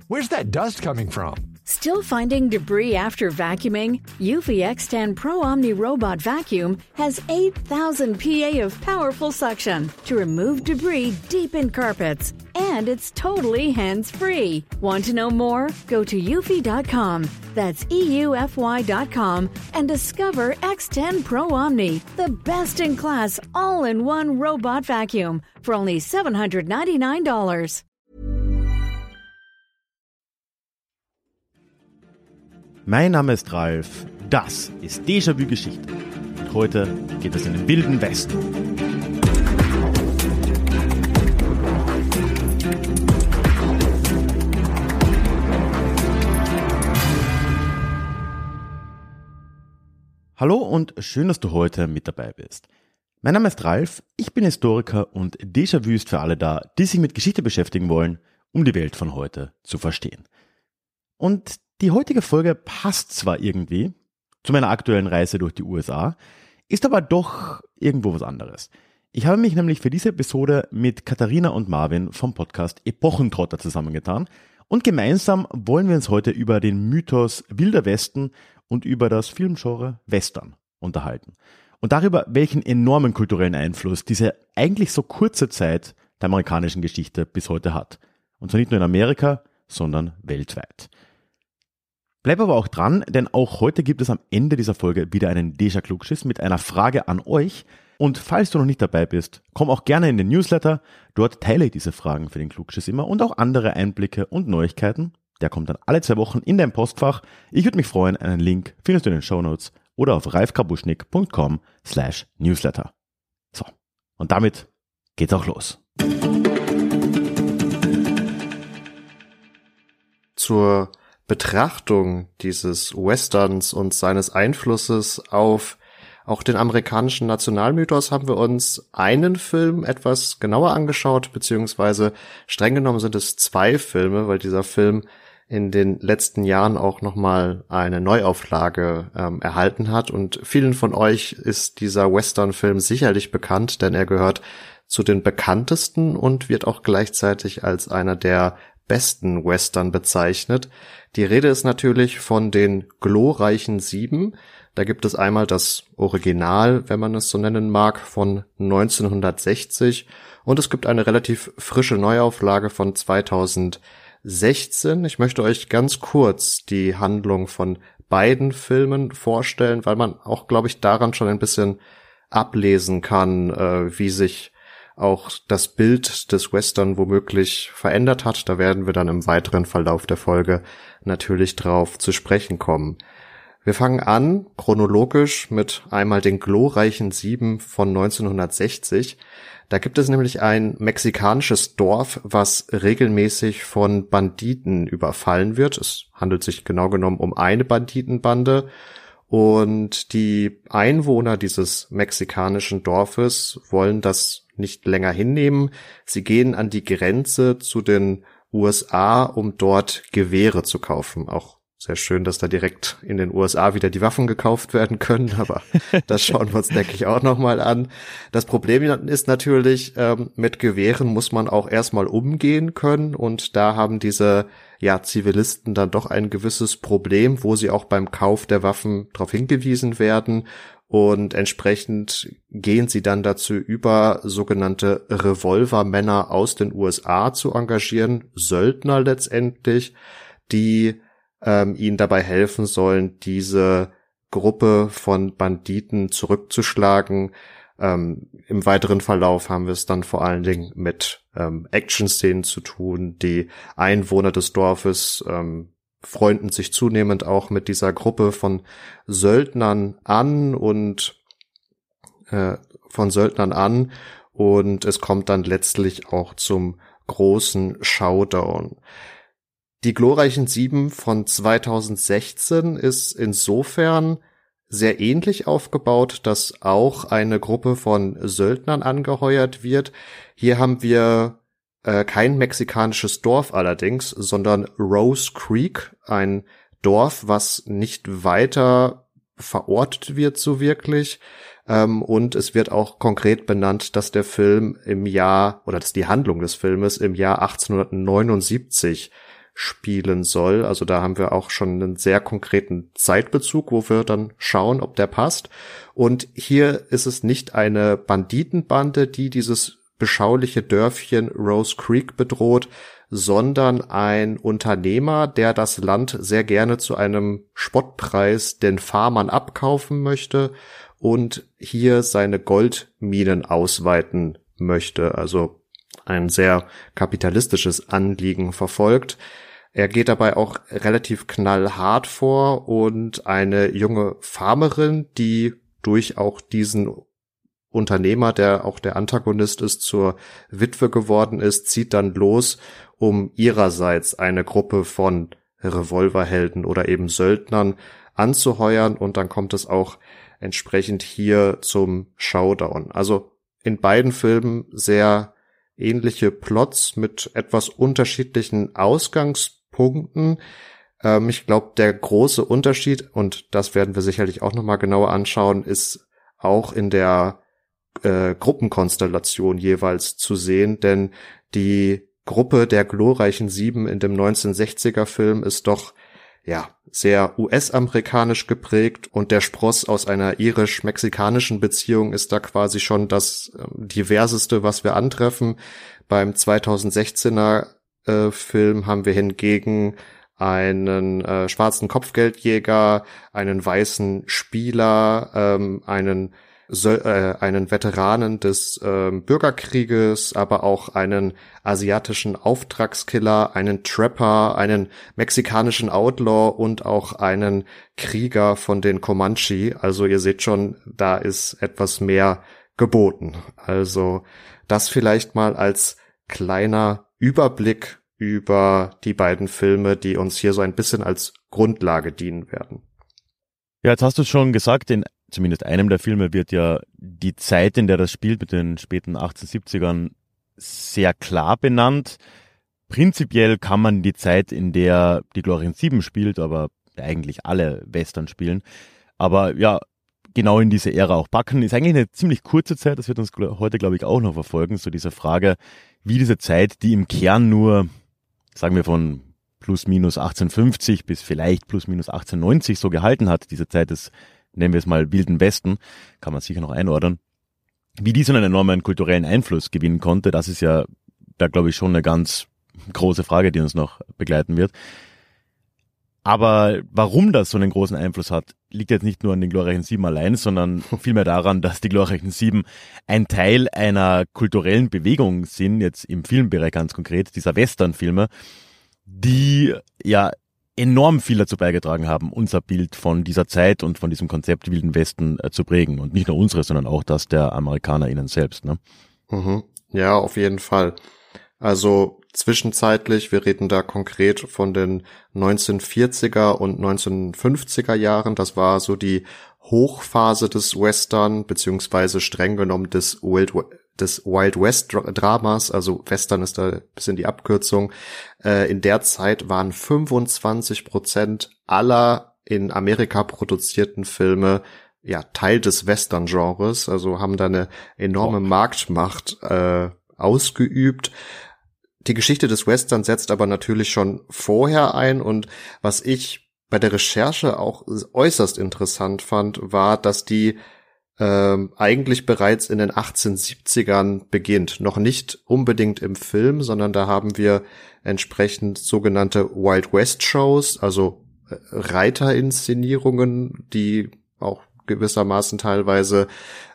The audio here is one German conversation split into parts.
Where's that dust coming from? Still finding debris after vacuuming? Eufy X10 Pro Omni Robot Vacuum has 8,000 PA of powerful suction to remove debris deep in carpets. And it's totally hands-free. Want to know more? Go to eufy.com. That's EUFY.com and discover X10 Pro Omni, the best-in-class all-in-one robot vacuum for only $799. Mein Name ist Ralf, das ist Déjà-vu Geschichte und heute geht es in den wilden Westen. Hallo und schön, dass du heute mit dabei bist. Mein Name ist Ralf, ich bin Historiker und Déjà-vu ist für alle da, die sich mit Geschichte beschäftigen wollen, um die Welt von heute zu verstehen. Und die heutige Folge passt zwar irgendwie zu meiner aktuellen Reise durch die USA, ist aber doch irgendwo was anderes. Ich habe mich nämlich für diese Episode mit Katharina und Marvin vom Podcast Epochentrotter zusammengetan und gemeinsam wollen wir uns heute über den Mythos Wilder Westen und über das Filmgenre Western unterhalten. Und darüber, welchen enormen kulturellen Einfluss diese eigentlich so kurze Zeit der amerikanischen Geschichte bis heute hat. Und zwar nicht nur in Amerika, sondern weltweit. Bleib aber auch dran, denn auch heute gibt es am Ende dieser Folge wieder einen Déjà-Klugschiss mit einer Frage an euch. Und falls du noch nicht dabei bist, komm auch gerne in den Newsletter. Dort teile ich diese Fragen für den Klugschiss immer und auch andere Einblicke und Neuigkeiten. Der kommt dann alle 2 Wochen in dein Postfach. Ich würde mich freuen, einen Link findest du in den Shownotes oder auf ralfkrabuschnik.com/newsletter. So, und damit geht's auch los. Zur Betrachtung dieses Westerns und seines Einflusses auf auch den amerikanischen Nationalmythos haben wir uns einen Film etwas genauer angeschaut, beziehungsweise streng genommen sind es 2 Filme, weil dieser Film in den letzten Jahren auch nochmal eine Neuauflage erhalten hat. Und vielen von euch ist dieser Western-Film sicherlich bekannt, denn er gehört zu den bekanntesten und wird auch gleichzeitig als einer der besten Western bezeichnet. Die Rede ist natürlich von den glorreichen 7. Da gibt es einmal das Original, wenn man es so nennen mag, von 1960 und es gibt eine relativ frische Neuauflage von 2016. Ich möchte euch ganz kurz die Handlung von beiden Filmen vorstellen, weil man auch, glaube ich, daran schon ein bisschen ablesen kann, wie sich auch das Bild des Western womöglich verändert hat. Da werden wir dann im weiteren Verlauf der Folge natürlich drauf zu sprechen kommen. Wir fangen an, chronologisch, mit einmal den glorreichen 7 von 1960. Da gibt es nämlich ein mexikanisches Dorf, was regelmäßig von Banditen überfallen wird. Es handelt sich genau genommen um eine Banditenbande. Und die Einwohner dieses mexikanischen Dorfes wollen das nicht länger hinnehmen. Sie gehen an die Grenze zu den USA, um dort Gewehre zu kaufen. Auch sehr schön, dass da direkt in den USA wieder die Waffen gekauft werden können, aber das schauen wir uns, denke ich, auch nochmal an. Das Problem ist natürlich, mit Gewehren muss man auch erstmal umgehen können und da haben diese Zivilisten dann doch ein gewisses Problem, wo sie auch beim Kauf der Waffen darauf hingewiesen werden. Und entsprechend gehen sie dann dazu über, sogenannte Revolvermänner aus den USA zu engagieren, Söldner letztendlich, die ihnen dabei helfen sollen, diese Gruppe von Banditen zurückzuschlagen. Im weiteren Verlauf haben wir es dann vor allen Dingen mit Action-Szenen zu tun. Die Einwohner des Dorfes freunden sich zunehmend auch mit dieser Gruppe von Söldnern an und es kommt dann letztlich auch zum großen Showdown. Die glorreichen 7 von 2016 ist insofern sehr ähnlich aufgebaut, dass auch eine Gruppe von Söldnern angeheuert wird. Hier haben wir kein mexikanisches Dorf allerdings, sondern Rose Creek, ein Dorf, was nicht weiter verortet wird so wirklich. Und es wird auch konkret benannt, dass der Film dass die Handlung des Filmes im Jahr 1879 spielen soll. Also da haben wir auch schon einen sehr konkreten Zeitbezug, wo wir dann schauen, ob der passt. Und hier ist es nicht eine Banditenbande, die dieses beschauliche Dörfchen Rose Creek bedroht, sondern ein Unternehmer, der das Land sehr gerne zu einem Spottpreis den Farmern abkaufen möchte und hier seine Goldminen ausweiten möchte, also ein sehr kapitalistisches Anliegen verfolgt. Er geht dabei auch relativ knallhart vor und eine junge Farmerin, die durch auch diesen Unternehmer, der auch der Antagonist ist, zur Witwe geworden ist, zieht dann los, um ihrerseits eine Gruppe von Revolverhelden oder eben Söldnern anzuheuern, und dann kommt es auch entsprechend hier zum Showdown. Also in beiden Filmen sehr ähnliche Plots mit etwas unterschiedlichen Ausgangspunkten. Ich glaube, der große Unterschied, und das werden wir sicherlich auch nochmal genauer anschauen, ist auch in der Gruppenkonstellation jeweils zu sehen, denn die Gruppe der glorreichen Sieben in dem 1960er Film ist doch sehr US-amerikanisch geprägt, und der Spross aus einer irisch-mexikanischen Beziehung ist da quasi schon das diverseste, was wir antreffen. Beim 2016er Film haben wir hingegen einen schwarzen Kopfgeldjäger, einen weißen Spieler, einen Veteranen des Bürgerkrieges, aber auch einen asiatischen Auftragskiller, einen Trapper, einen mexikanischen Outlaw und auch einen Krieger von den Comanche. Also ihr seht schon, da ist etwas mehr geboten. Also das vielleicht mal als kleiner Überblick über die beiden Filme, die uns hier so ein bisschen als Grundlage dienen werden. Ja, jetzt hast du schon gesagt, in zumindest einem der Filme wird ja die Zeit, in der das spielt, mit den späten 1870ern, sehr klar benannt. Prinzipiell kann man die Zeit, in der die glorreichen Sieben spielt, aber eigentlich alle Western spielen, aber ja, genau in diese Ära auch packen, ist eigentlich eine ziemlich kurze Zeit. Das wird uns heute, glaube ich, auch noch verfolgen, so diese Frage, wie diese Zeit, die im Kern nur, sagen wir, von plus minus 1850 bis vielleicht plus minus 1890 so gehalten hat, diese Zeit des, nennen wir es mal, Wilden Westen, kann man sicher noch einordnen, wie die so einen enormen kulturellen Einfluss gewinnen konnte, das ist ja da, glaube ich, schon eine ganz große Frage, die uns noch begleiten wird. Aber warum das so einen großen Einfluss hat, liegt jetzt nicht nur an den glorreichen Sieben allein, sondern vielmehr daran, dass die glorreichen Sieben ein Teil einer kulturellen Bewegung sind, jetzt im Filmbereich ganz konkret, dieser Westernfilme, die ja enorm viel dazu beigetragen haben, unser Bild von dieser Zeit und von diesem Konzept Wilden Westen zu prägen. Und nicht nur unsere, sondern auch das der AmerikanerInnen selbst, ne? Ja, auf jeden Fall. Also zwischenzeitlich, wir reden da konkret von den 1940er und 1950er Jahren, das war so die Hochphase des Western, beziehungsweise streng genommen des Wild West Dramas, also Western ist da ein bisschen die Abkürzung. In der Zeit waren 25% aller in Amerika produzierten Filme Teil des Western-Genres, also haben da eine enorme Marktmacht ausgeübt. Die Geschichte des Western setzt aber natürlich schon vorher ein, und was ich bei der Recherche auch äußerst interessant fand, war, dass die eigentlich bereits in den 1870ern beginnt. Noch nicht unbedingt im Film, sondern da haben wir entsprechend sogenannte Wild West Shows, also Reiterinszenierungen, die auch gewissermaßen teilweise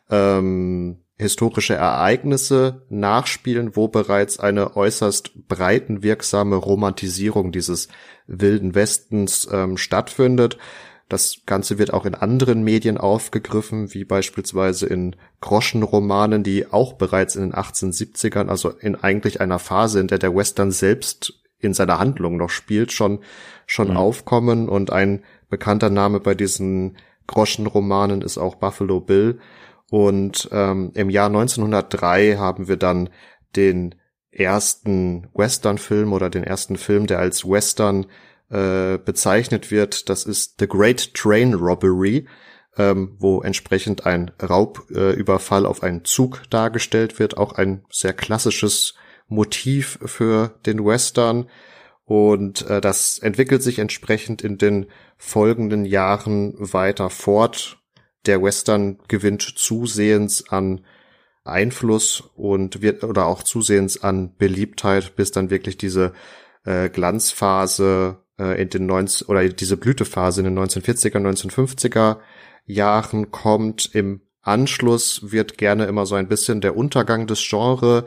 historische Ereignisse nachspielen, wo bereits eine äußerst breitenwirksame Romantisierung dieses Wilden Westens stattfindet. Das Ganze wird auch in anderen Medien aufgegriffen, wie beispielsweise in Groschenromanen, die auch bereits in den 1870ern, also in eigentlich einer Phase, in der der Western selbst in seiner Handlung noch spielt, schon aufkommen. Und ein bekannter Name bei diesen Groschenromanen ist auch Buffalo Bill. Und im Jahr 1903 haben wir dann den ersten Western-Film oder den ersten Film, der als Western bezeichnet wird. Das ist The Great Train Robbery, wo entsprechend ein Raubüberfall auf einen Zug dargestellt wird. Auch ein sehr klassisches Motiv für den Western. Und das entwickelt sich entsprechend in den folgenden Jahren weiter fort. Der Western gewinnt zusehends an Einfluss und wird oder auch zusehends an Beliebtheit, bis dann wirklich diese Glanzphase in den diese Blütephase in den 1940er, 1950er Jahren kommt. Im Anschluss wird gerne immer so ein bisschen der Untergang des Genres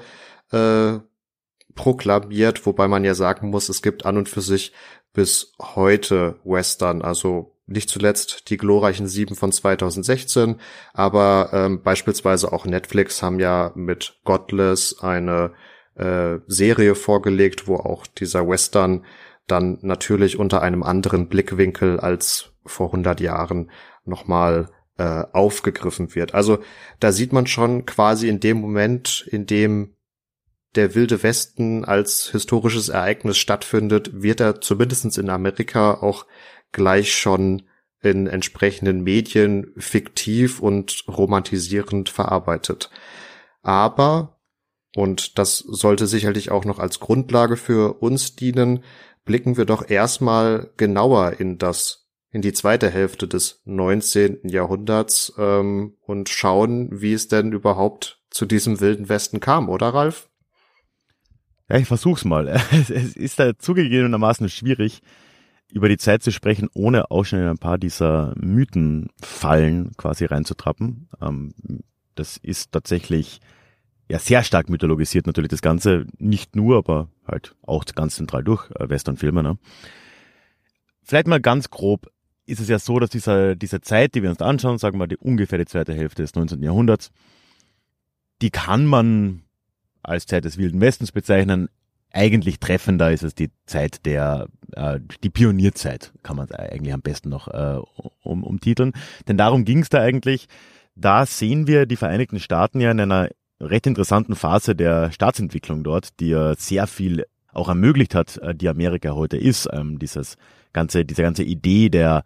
proklamiert, wobei man ja sagen muss, es gibt an und für sich bis heute Western, also nicht zuletzt die glorreichen 7 von 2016, aber beispielsweise auch Netflix haben ja mit Godless eine Serie vorgelegt, wo auch dieser Western dann natürlich unter einem anderen Blickwinkel als vor 100 Jahren nochmal aufgegriffen wird. Also da sieht man schon quasi in dem Moment, in dem der Wilde Westen als historisches Ereignis stattfindet, wird er zumindest in Amerika auch gleich schon in entsprechenden Medien fiktiv und romantisierend verarbeitet. Aber, und das sollte sicherlich auch noch als Grundlage für uns dienen, blicken wir doch erstmal genauer in die zweite Hälfte des 19. Jahrhunderts und schauen, wie es denn überhaupt zu diesem Wilden Westen kam, oder Ralf? Ja, ich versuch's mal. Es ist da zugegebenermaßen schwierig, über die Zeit zu sprechen, ohne auch schon in ein paar dieser Mythenfallen quasi reinzutrappen. Das ist tatsächlich ja sehr stark mythologisiert natürlich das Ganze, nicht nur, aber halt auch ganz zentral durch Westernfilme. Ne? Vielleicht mal ganz grob ist es ja so, dass diese Zeit, die wir uns da anschauen, sagen wir ungefähr die zweite Hälfte des 19. Jahrhunderts, die kann man als Zeit des Wilden Westens bezeichnen. Eigentlich treffender ist es die Zeit die Pionierzeit, kann man es eigentlich am besten noch umtiteln. Denn darum ging es da eigentlich. Da sehen wir die Vereinigten Staaten ja in einer recht interessanten Phase der Staatsentwicklung dort, die ja sehr viel auch ermöglicht hat, die Amerika heute ist. Diese ganze Idee der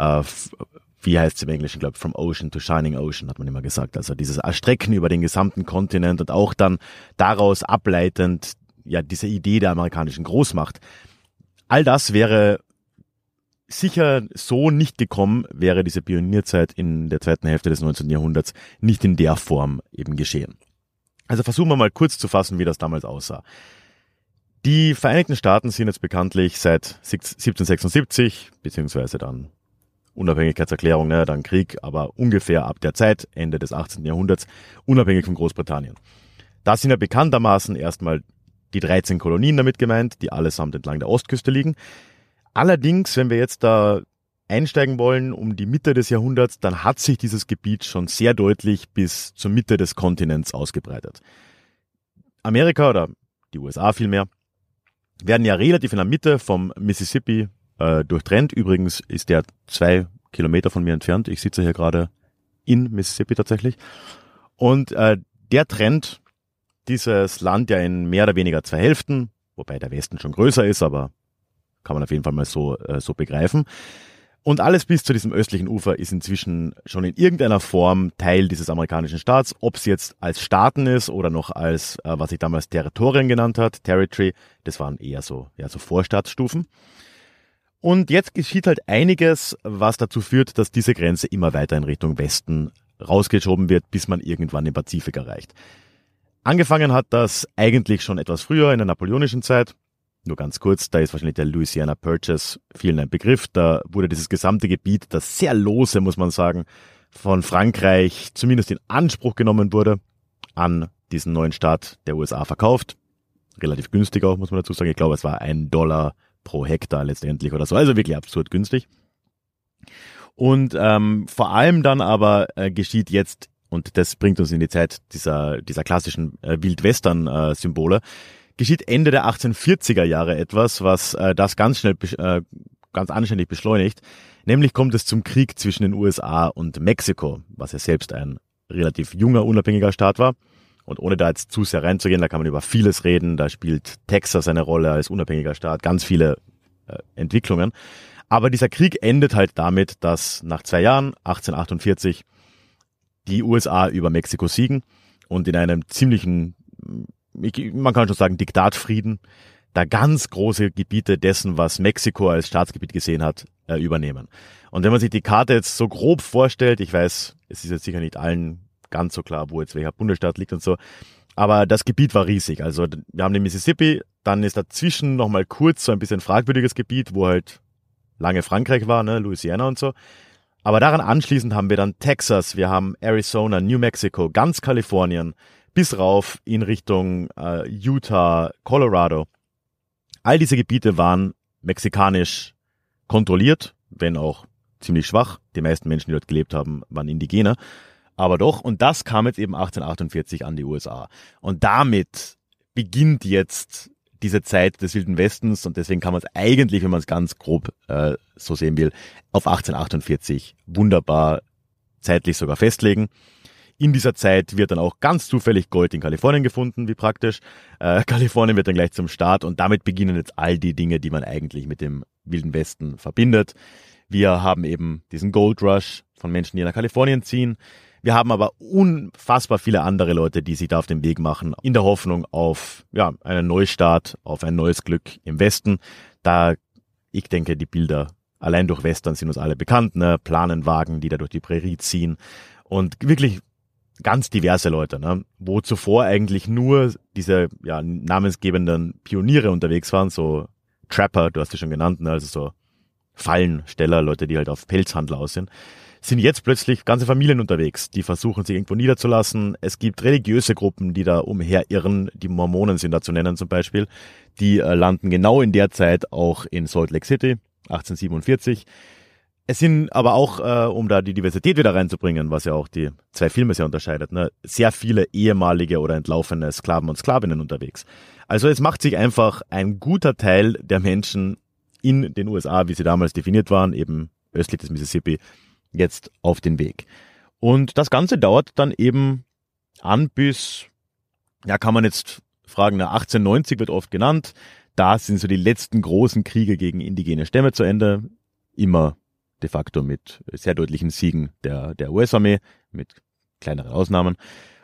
wie heißt es im Englischen, glaube ich, from ocean to shining ocean, hat man immer gesagt. Also dieses Erstrecken über den gesamten Kontinent und auch dann daraus ableitend, ja, diese Idee der amerikanischen Großmacht. All das wäre sicher so nicht gekommen, wäre diese Pionierzeit in der zweiten Hälfte des 19. Jahrhunderts nicht in der Form eben geschehen. Also versuchen wir mal kurz zu fassen, wie das damals aussah. Die Vereinigten Staaten sind jetzt bekanntlich seit 1776, beziehungsweise dann Unabhängigkeitserklärung, dann Krieg, aber ungefähr ab der Zeit, Ende des 18. Jahrhunderts, unabhängig von Großbritannien. Da sind ja bekanntermaßen erstmal die 13 Kolonien damit gemeint, die allesamt entlang der Ostküste liegen. Allerdings, wenn wir jetzt da einsteigen wollen um die Mitte des Jahrhunderts, dann hat sich dieses Gebiet schon sehr deutlich bis zur Mitte des Kontinents ausgebreitet. Amerika oder die USA vielmehr werden ja relativ in der Mitte vom Mississippi durchtrennt. Übrigens ist der 2 Kilometer von mir entfernt. Ich sitze hier gerade in Mississippi tatsächlich. Und der trennt dieses Land ja in mehr oder weniger 2 Hälften, wobei der Westen schon größer ist, aber kann man auf jeden Fall mal so begreifen. Und alles bis zu diesem östlichen Ufer ist inzwischen schon in irgendeiner Form Teil dieses amerikanischen Staats, ob es jetzt als Staaten ist oder noch als, was sich damals Territorien genannt hat, Territory, das waren eher so Vorstaatsstufen. Und jetzt geschieht halt einiges, was dazu führt, dass diese Grenze immer weiter in Richtung Westen rausgeschoben wird, bis man irgendwann den Pazifik erreicht. Angefangen hat das eigentlich schon etwas früher in der napoleonischen Zeit. Nur ganz kurz, da ist wahrscheinlich der Louisiana Purchase vielen ein Begriff. Da wurde dieses gesamte Gebiet, das sehr lose, muss man sagen, von Frankreich zumindest in Anspruch genommen wurde, an diesen neuen Staat der USA verkauft. Relativ günstig auch, muss man dazu sagen. Ich glaube, es war $1 pro Hektar letztendlich oder so. Also wirklich absurd günstig. Und vor allem dann aber geschieht jetzt, und das bringt uns in die Zeit dieser klassischen Wildwestern-Symbole, geschieht Ende der 1840er Jahre etwas, was das ganz anständig beschleunigt. Nämlich kommt es zum Krieg zwischen den USA und Mexiko, was ja selbst ein relativ junger, unabhängiger Staat war. Und ohne da jetzt zu sehr reinzugehen, da kann man über vieles reden. Da spielt Texas eine Rolle als unabhängiger Staat, ganz viele Entwicklungen. Aber dieser Krieg endet halt damit, dass nach 2 Jahren, 1848, die USA über Mexiko siegen und in einem ziemlichen, man kann schon sagen, Diktatfrieden, da ganz große Gebiete dessen, was Mexiko als Staatsgebiet gesehen hat, übernehmen. Und wenn man sich die Karte jetzt so grob vorstellt, ich weiß, es ist jetzt sicher nicht allen ganz so klar, wo jetzt welcher Bundesstaat liegt und so, aber das Gebiet war riesig. Also wir haben den Mississippi, dann ist dazwischen nochmal kurz so ein bisschen fragwürdiges Gebiet, wo halt lange Frankreich war, ne, Louisiana und so. Aber daran anschließend haben wir dann Texas, wir haben Arizona, New Mexico, ganz Kalifornien, bis rauf in Richtung Utah, Colorado. All diese Gebiete waren mexikanisch kontrolliert, wenn auch ziemlich schwach. Die meisten Menschen, die dort gelebt haben, waren Indigene. Aber doch, und das kam jetzt eben 1848 an die USA. Und damit beginnt jetzt diese Zeit des Wilden Westens und deswegen kann man es eigentlich, wenn man es ganz grob so sehen will, auf 1848 wunderbar zeitlich sogar festlegen. In dieser Zeit wird dann auch ganz zufällig Gold in Kalifornien gefunden, wie praktisch. Kalifornien wird dann gleich zum Staat und damit beginnen jetzt all die Dinge, die man eigentlich mit dem Wilden Westen verbindet. Wir haben eben diesen Gold Rush von Menschen, die nach Kalifornien ziehen. Wir haben aber unfassbar viele andere Leute, die sich da auf den Weg machen, in der Hoffnung auf einen Neustart, auf ein neues Glück im Westen. Da, ich denke, die Bilder allein durch Western sind uns alle bekannt, ne? Planenwagen, die da durch die Prärie ziehen und wirklich ganz diverse Leute, ne? Wo zuvor eigentlich nur diese namensgebenden Pioniere unterwegs waren, so Trapper, du hast sie schon genannt, ne? Also so Fallensteller, Leute, die halt auf Pelzhandel aus sind jetzt plötzlich ganze Familien unterwegs, die versuchen, sich irgendwo niederzulassen. Es gibt religiöse Gruppen, die da umherirren, die Mormonen sind da zu nennen zum Beispiel. Die landen genau in der Zeit auch in Salt Lake City, 1847. Es sind aber auch, um da die Diversität wieder reinzubringen, was ja auch die zwei Filme sehr unterscheidet, ne, sehr viele ehemalige oder entlaufene Sklaven und Sklavinnen unterwegs. Also es macht sich einfach ein guter Teil der Menschen in den USA, wie sie damals definiert waren, eben östlich des Mississippi, jetzt auf den Weg. Und das Ganze dauert dann eben an bis, kann man jetzt fragen, 1890 wird oft genannt. Da sind so die letzten großen Kriege gegen indigene Stämme zu Ende. Immer de facto mit sehr deutlichen Siegen der US-Armee, mit kleineren Ausnahmen.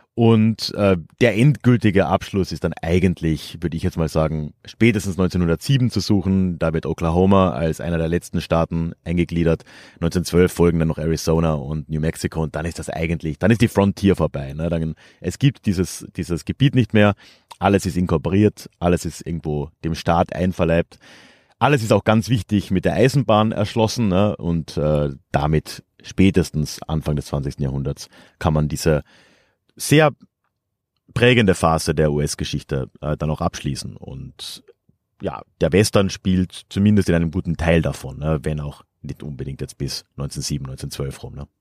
Und der endgültige Abschluss ist dann eigentlich, würde ich jetzt mal sagen, spätestens 1907 zu suchen. Da wird Oklahoma als einer der letzten Staaten eingegliedert. 1912 folgen dann noch Arizona und New Mexico und dann ist das eigentlich, dann ist die Frontier vorbei. Ne? Dann, es gibt dieses Gebiet nicht mehr. Alles ist inkorporiert, alles ist irgendwo dem Staat einverleibt. Alles ist auch ganz wichtig mit der Eisenbahn erschlossen, ne? Und damit spätestens Anfang des 20. Jahrhunderts kann man diese sehr prägende Phase der US-Geschichte dann auch abschließen. Und der Western spielt zumindest in einem guten Teil davon, ne? Wenn auch nicht unbedingt jetzt bis 1907, 1912 rum. Ne?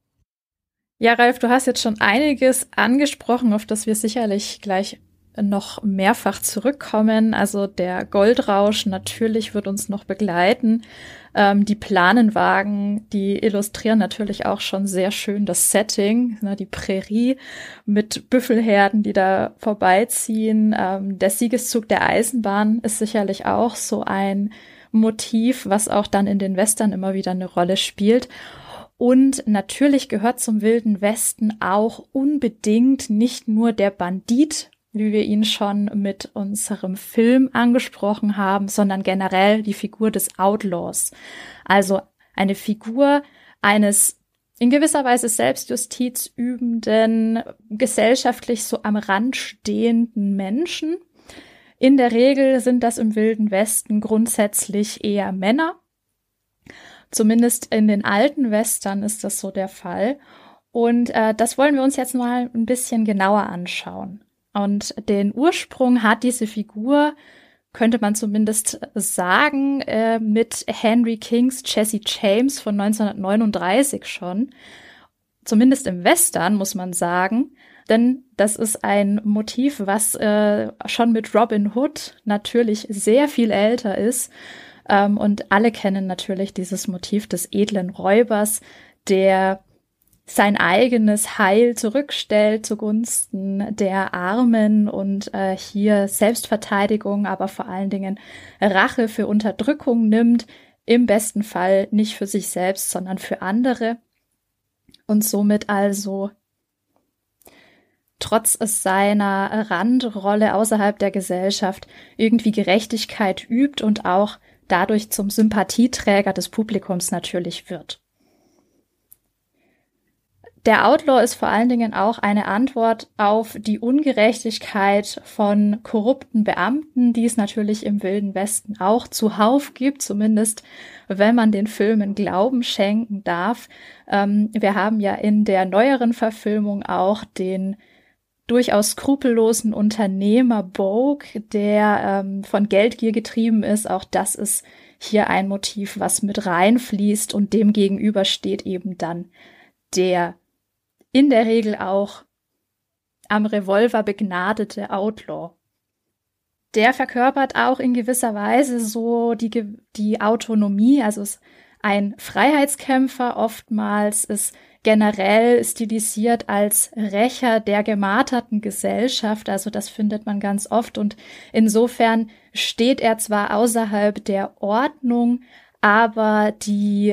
Ja, Ralf, du hast jetzt schon einiges angesprochen, auf das wir sicherlich gleich noch mehrfach zurückkommen. Also der Goldrausch natürlich wird uns noch begleiten. Die Planenwagen, die illustrieren natürlich auch schon sehr schön das Setting, ne, die Prärie mit Büffelherden, die da vorbeiziehen. Der Siegeszug der Eisenbahn ist sicherlich auch so ein Motiv, was auch dann in den Western immer wieder eine Rolle spielt. Und natürlich gehört zum Wilden Westen auch unbedingt nicht nur der Bandit, wie wir ihn schon mit unserem Film angesprochen haben, sondern generell die Figur des Outlaws. Also eine Figur eines in gewisser Weise Selbstjustiz übenden, gesellschaftlich so am Rand stehenden Menschen. In der Regel sind das im Wilden Westen grundsätzlich eher Männer. Zumindest in den alten Western ist das so der Fall. Und das wollen wir uns jetzt mal ein bisschen genauer anschauen. Und den Ursprung hat diese Figur, könnte man zumindest sagen, mit Henry Kings Jesse James von 1939 schon. Zumindest im Western, muss man sagen. Denn das ist ein Motiv, was schon mit Robin Hood natürlich sehr viel älter ist. Und alle kennen natürlich dieses Motiv des edlen Räubers, der sein eigenes Heil zurückstellt zugunsten der Armen und hier Selbstverteidigung, aber vor allen Dingen Rache für Unterdrückung nimmt, im besten Fall nicht für sich selbst, sondern für andere und somit also trotz seiner Randrolle außerhalb der Gesellschaft irgendwie Gerechtigkeit übt und auch dadurch zum Sympathieträger des Publikums natürlich wird. Der Outlaw ist vor allen Dingen auch eine Antwort auf die Ungerechtigkeit von korrupten Beamten, die es natürlich im Wilden Westen auch zuhauf gibt, zumindest wenn man den Filmen Glauben schenken darf. Wir haben ja in der neueren Verfilmung auch den durchaus skrupellosen Unternehmer Bogue, der von Geldgier getrieben ist. Auch das ist hier ein Motiv, was mit reinfließt, und dem gegenüber steht eben dann der in der Regel auch am Revolver begnadete Outlaw. Der verkörpert auch in gewisser Weise so die Autonomie, also ist ein Freiheitskämpfer, oftmals ist generell stilisiert als Rächer der gemarterten Gesellschaft, also das findet man ganz oft, und insofern steht er zwar außerhalb der Ordnung, aber die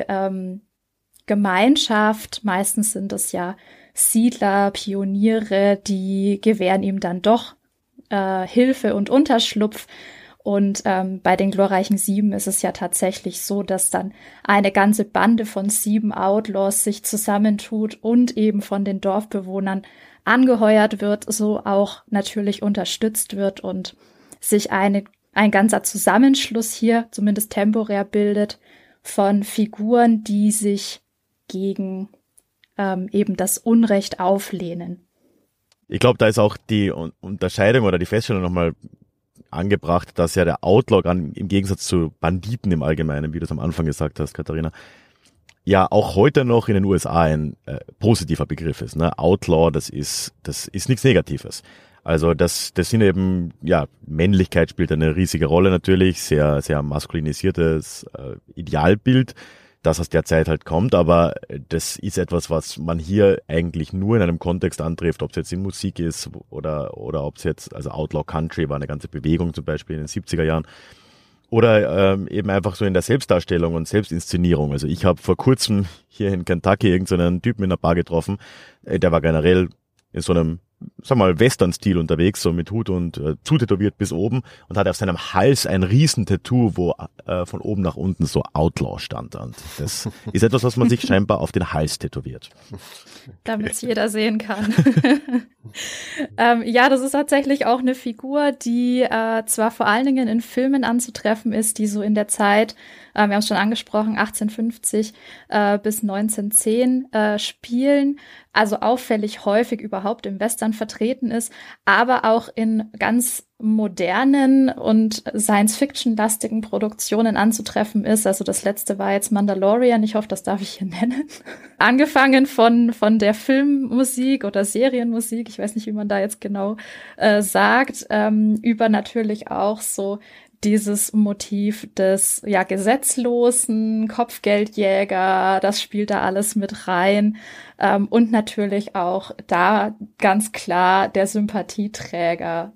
Gemeinschaft, meistens sind es ja Siedler, Pioniere, die gewähren ihm dann doch Hilfe und Unterschlupf. Und bei den glorreichen 7 ist es ja tatsächlich so, dass dann eine ganze Bande von 7 Outlaws sich zusammentut und eben von den Dorfbewohnern angeheuert wird, so auch natürlich unterstützt wird und sich ein ganzer Zusammenschluss hier zumindest temporär bildet von Figuren, die sich gegen eben das Unrecht auflehnen. Ich glaube, da ist auch die Unterscheidung oder die Feststellung nochmal angebracht, dass ja der Outlaw im Gegensatz zu Banditen im Allgemeinen, wie du es am Anfang gesagt hast, Katharina, ja auch heute noch in den USA ein positiver Begriff ist. Ne? Outlaw, das ist nichts Negatives. Also das sind eben, ja, Männlichkeit spielt eine riesige Rolle natürlich, sehr, sehr maskulinisiertes Idealbild, das aus der Zeit halt kommt, aber das ist etwas, was man hier eigentlich nur in einem Kontext antrifft, ob es jetzt in Musik ist oder ob es jetzt, also Outlaw Country war eine ganze Bewegung zum Beispiel in den 70er Jahren, oder eben einfach so in der Selbstdarstellung und Selbstinszenierung. Also ich habe vor kurzem hier in Kentucky irgendeinen Typen in einer Bar getroffen, der war generell in so einem, sag mal, Western-Stil unterwegs, so mit Hut und zutätowiert bis oben, und hatte auf seinem Hals ein Riesentattoo, wo von oben nach unten so Outlaw stand. Und das ist etwas, was man sich scheinbar auf den Hals tätowiert. Damit es jeder sehen kann. Ja, das ist tatsächlich auch eine Figur, die zwar vor allen Dingen in Filmen anzutreffen ist, die so in der Zeit, wir haben es schon angesprochen, 1850 bis 1910 spielen, also auffällig häufig überhaupt im Western vertreten ist, aber auch in ganz modernen und Science-Fiction-lastigen Produktionen anzutreffen ist. Also das letzte war jetzt Mandalorian, ich hoffe, das darf ich hier nennen. Angefangen von der Filmmusik oder Serienmusik, ich weiß nicht, wie man da jetzt genau sagt, über natürlich auch so dieses Motiv des ja gesetzlosen Kopfgeldjäger, das spielt da alles mit rein, und natürlich auch da ganz klar der Sympathieträger.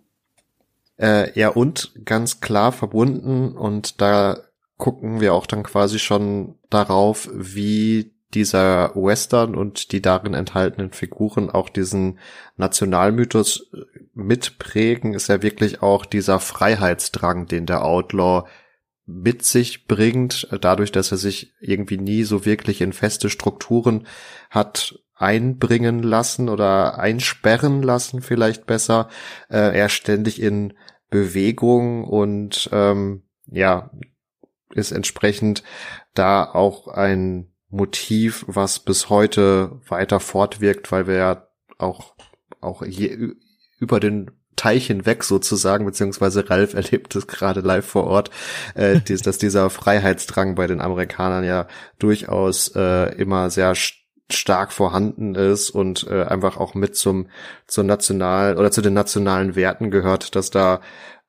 Ja, und ganz klar verbunden, und da gucken wir auch dann quasi schon darauf, wie dieser Western und die darin enthaltenen Figuren auch diesen Nationalmythos mitprägen, ist ja wirklich auch dieser Freiheitsdrang, den der Outlaw mit sich bringt, dadurch, dass er sich irgendwie nie so wirklich in feste Strukturen hat einbringen lassen oder einsperren lassen, vielleicht besser. Er ständig in Bewegung und ja, ist entsprechend da auch ein Motiv, was bis heute weiter fortwirkt, weil wir ja auch hier über den Teich hinweg sozusagen, beziehungsweise Ralf erlebt es gerade live vor Ort, dass dieser Freiheitsdrang bei den Amerikanern ja durchaus immer sehr stark vorhanden ist und einfach auch mit zu den nationalen Werten gehört, dass da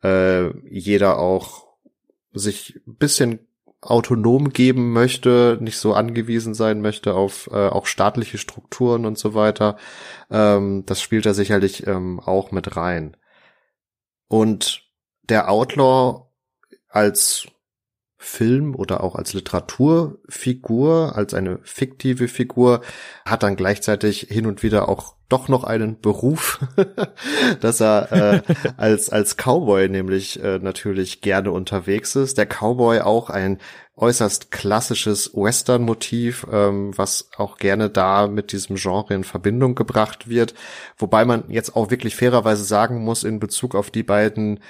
jeder auch sich ein bisschen autonom geben möchte, nicht so angewiesen sein möchte auf auch staatliche Strukturen und so weiter. Das spielt da sicherlich auch mit rein. Und der Outlaw als Film oder auch als Literaturfigur, als eine fiktive Figur, hat dann gleichzeitig hin und wieder auch doch noch einen Beruf, dass er als Cowboy nämlich natürlich gerne unterwegs ist. Der Cowboy auch ein äußerst klassisches Western-Motiv, was auch gerne da mit diesem Genre in Verbindung gebracht wird. Wobei man jetzt auch wirklich fairerweise sagen muss, in Bezug auf die beiden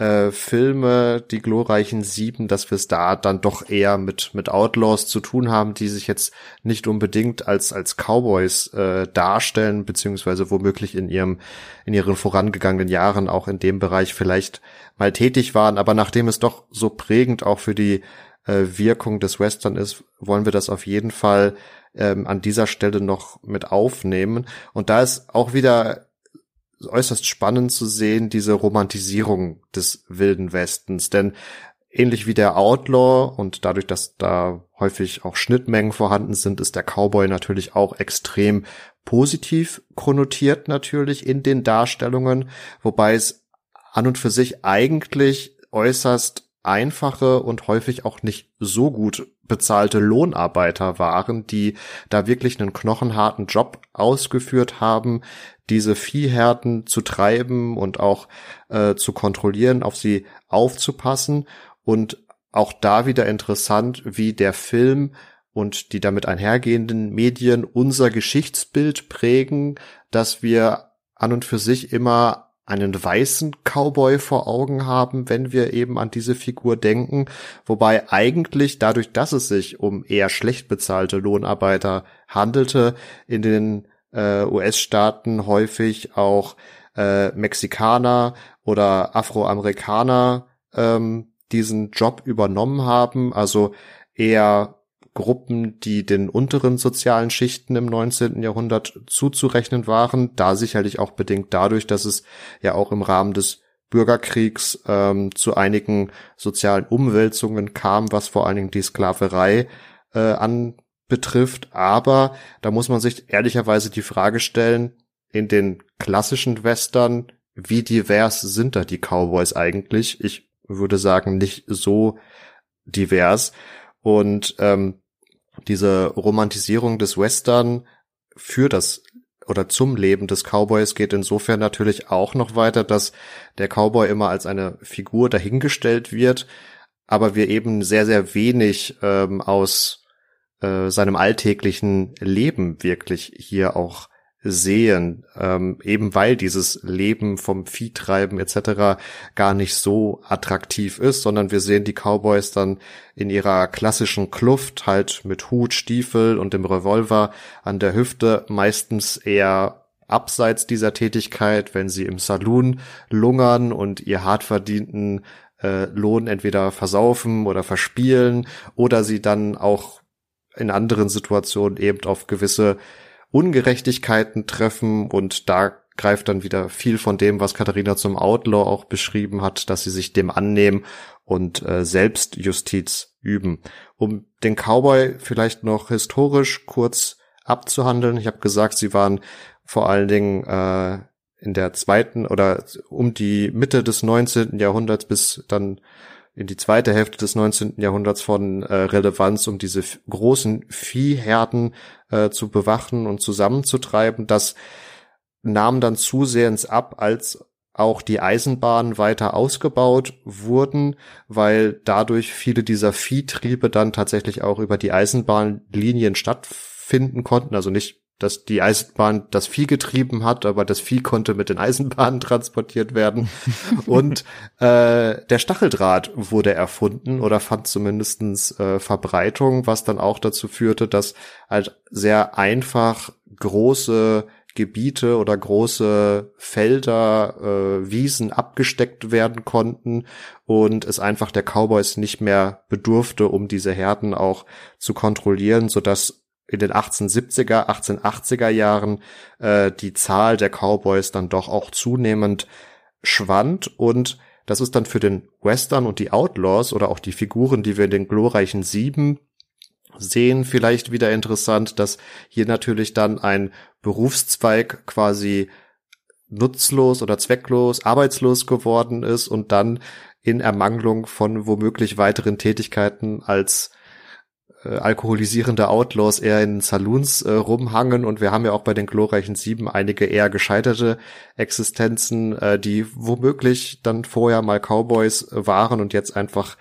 Filme, die glorreichen 7, dass wir es da dann doch eher mit Outlaws zu tun haben, die sich jetzt nicht unbedingt als Cowboys darstellen, beziehungsweise womöglich in ihren vorangegangenen Jahren auch in dem Bereich vielleicht mal tätig waren. Aber nachdem es doch so prägend auch für die Wirkung des Western ist, wollen wir das auf jeden Fall an dieser Stelle noch mit aufnehmen. Und da ist auch wieder äußerst spannend zu sehen, diese Romantisierung des Wilden Westens, denn ähnlich wie der Outlaw und dadurch, dass da häufig auch Schnittmengen vorhanden sind, ist der Cowboy natürlich auch extrem positiv konnotiert natürlich in den Darstellungen, wobei es an und für sich eigentlich äußerst einfache und häufig auch nicht so gut bezahlte Lohnarbeiter waren, die da wirklich einen knochenharten Job ausgeführt haben, diese Viehherden zu treiben und auch zu kontrollieren, auf sie aufzupassen. Und auch da wieder interessant, wie der Film und die damit einhergehenden Medien unser Geschichtsbild prägen, dass wir an und für sich immer einen weißen Cowboy vor Augen haben, wenn wir eben an diese Figur denken, wobei eigentlich dadurch, dass es sich um eher schlecht bezahlte Lohnarbeiter handelte, in den US-Staaten häufig auch Mexikaner oder Afroamerikaner diesen Job übernommen haben, also eher Gruppen, die den unteren sozialen Schichten im 19. Jahrhundert zuzurechnen waren, da sicherlich auch bedingt dadurch, dass es ja auch im Rahmen des Bürgerkriegs zu einigen sozialen Umwälzungen kam, was vor allen Dingen die Sklaverei anbetrifft. Aber da muss man sich ehrlicherweise die Frage stellen, in den klassischen Western, wie divers sind da die Cowboys eigentlich? Ich würde sagen, nicht so divers. Und diese Romantisierung des Western für das oder zum Leben des Cowboys geht insofern natürlich auch noch weiter, dass der Cowboy immer als eine Figur dahingestellt wird, aber wir eben sehr, sehr wenig aus seinem alltäglichen Leben wirklich hier auch sehen, eben weil dieses Leben vom Viehtreiben etc. gar nicht so attraktiv ist, sondern wir sehen die Cowboys dann in ihrer klassischen Kluft, halt mit Hut, Stiefel und dem Revolver an der Hüfte, meistens eher abseits dieser Tätigkeit, wenn sie im Saloon lungern und ihr hart verdienten Lohn entweder versaufen oder verspielen oder sie dann auch in anderen Situationen eben auf gewisse Ungerechtigkeiten treffen, und da greift dann wieder viel von dem, was Katharina zum Outlaw auch beschrieben hat, dass sie sich dem annehmen und Selbstjustiz üben. Um den Cowboy vielleicht noch historisch kurz abzuhandeln, ich habe gesagt, sie waren vor allen Dingen in der zweiten oder um die Mitte des 19. Jahrhunderts bis dann in die zweite Hälfte des 19. Jahrhunderts von Relevanz, um diese großen Viehherden zu bewachen und zusammenzutreiben. Das nahm dann zusehends ab, als auch die Eisenbahnen weiter ausgebaut wurden, weil dadurch viele dieser Viehtriebe dann tatsächlich auch über die Eisenbahnlinien stattfinden konnten. Also nicht, dass die Eisenbahn das Vieh getrieben hat, aber das Vieh konnte mit den Eisenbahnen transportiert werden. Und der Stacheldraht wurde erfunden oder fand zumindestens Verbreitung, was dann auch dazu führte, dass halt sehr einfach große Gebiete oder große Felder, Wiesen abgesteckt werden konnten und es einfach der Cowboys nicht mehr bedurfte, um diese Herden auch zu kontrollieren, sodass in den 1880er Jahren die Zahl der Cowboys dann doch auch zunehmend schwand, und das ist dann für den Western und die Outlaws oder auch die Figuren, die wir in den glorreichen 7 sehen, vielleicht wieder interessant, dass hier natürlich dann ein Berufszweig quasi nutzlos oder zwecklos, arbeitslos geworden ist und dann in Ermangelung von womöglich weiteren Tätigkeiten als alkoholisierende Outlaws eher in Saloons rumhangen, und wir haben ja auch bei den glorreichen 7 einige eher gescheiterte Existenzen, die womöglich dann vorher mal Cowboys waren und jetzt einfach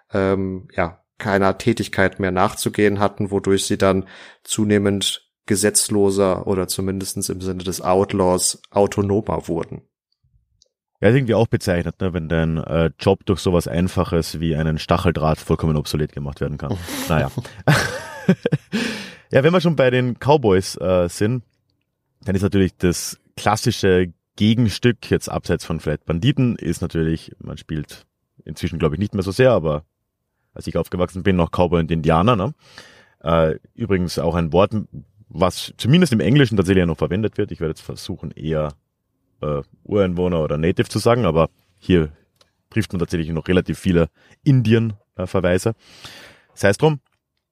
keiner Tätigkeit mehr nachzugehen hatten, wodurch sie dann zunehmend gesetzloser oder zumindestens im Sinne des Outlaws autonomer wurden. Ja, ist irgendwie auch bezeichnet, ne, wenn dein Job durch sowas Einfaches wie einen Stacheldraht vollkommen obsolet gemacht werden kann. Naja. Ja, wenn wir schon bei den Cowboys sind, dann ist natürlich das klassische Gegenstück, jetzt abseits von vielleicht Banditen, ist natürlich, man spielt inzwischen glaube ich nicht mehr so sehr, aber als ich aufgewachsen bin, noch Cowboy und Indianer. Ne? Übrigens auch ein Wort, was zumindest im Englischen tatsächlich noch verwendet wird. Ich werde jetzt versuchen, eher Ureinwohner oder Native zu sagen, aber hier trifft man tatsächlich noch relativ viele Indien-Verweise. Sei es drum.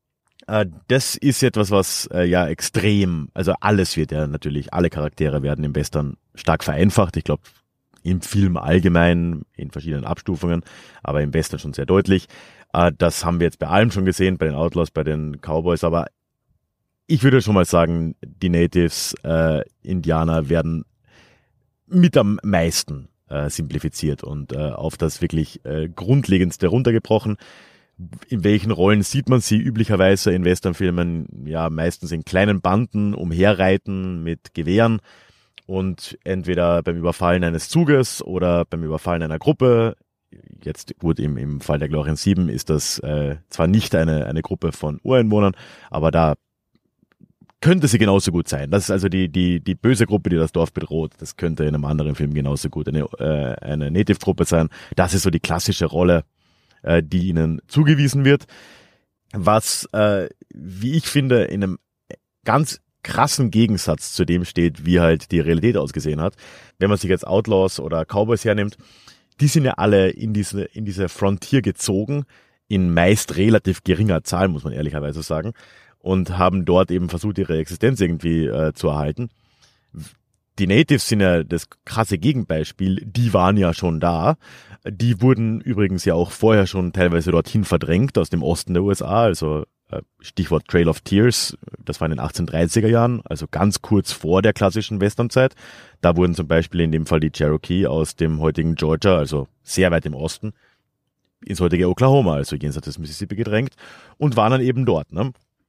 Das ist etwas, was extrem, also alles wird ja natürlich, alle Charaktere werden im Western stark vereinfacht. Ich glaube, im Film allgemein, in verschiedenen Abstufungen, aber im Western schon sehr deutlich. Das haben wir jetzt bei allem schon gesehen, bei den Outlaws, bei den Cowboys, aber ich würde schon mal sagen, die Natives, Indianer werden mit am meisten simplifiziert und auf das wirklich Grundlegendste runtergebrochen. In welchen Rollen sieht man sie üblicherweise in Westernfilmen? Ja, meistens in kleinen Banden umherreiten mit Gewehren und entweder beim Überfallen eines Zuges oder beim Überfallen einer Gruppe. Jetzt gut, im Fall der glorreichen 7 ist das zwar nicht eine Gruppe von Ureinwohnern, aber da könnte sie genauso gut sein. Das ist also die böse Gruppe, die das Dorf bedroht. Das könnte in einem anderen Film genauso gut eine Native-Truppe sein. Das ist so die klassische Rolle, die ihnen zugewiesen wird. Was, wie ich finde, in einem ganz krassen Gegensatz zu dem steht, wie halt die Realität ausgesehen hat. Wenn man sich jetzt Outlaws oder Cowboys hernimmt, die sind ja alle in diese Frontier gezogen, in meist relativ geringer Zahl, muss man ehrlicherweise sagen, und haben dort eben versucht, ihre Existenz irgendwie zu erhalten. Die Natives sind ja das krasse Gegenbeispiel, die waren ja schon da. Die wurden übrigens ja auch vorher schon teilweise dorthin verdrängt aus dem Osten der USA, also Stichwort Trail of Tears, das war in den 1830er Jahren, also ganz kurz vor der klassischen Westernzeit. Da wurden zum Beispiel in dem Fall die Cherokee aus dem heutigen Georgia, also sehr weit im Osten, ins heutige Oklahoma, also jenseits des Mississippi gedrängt und waren dann eben dort, ne?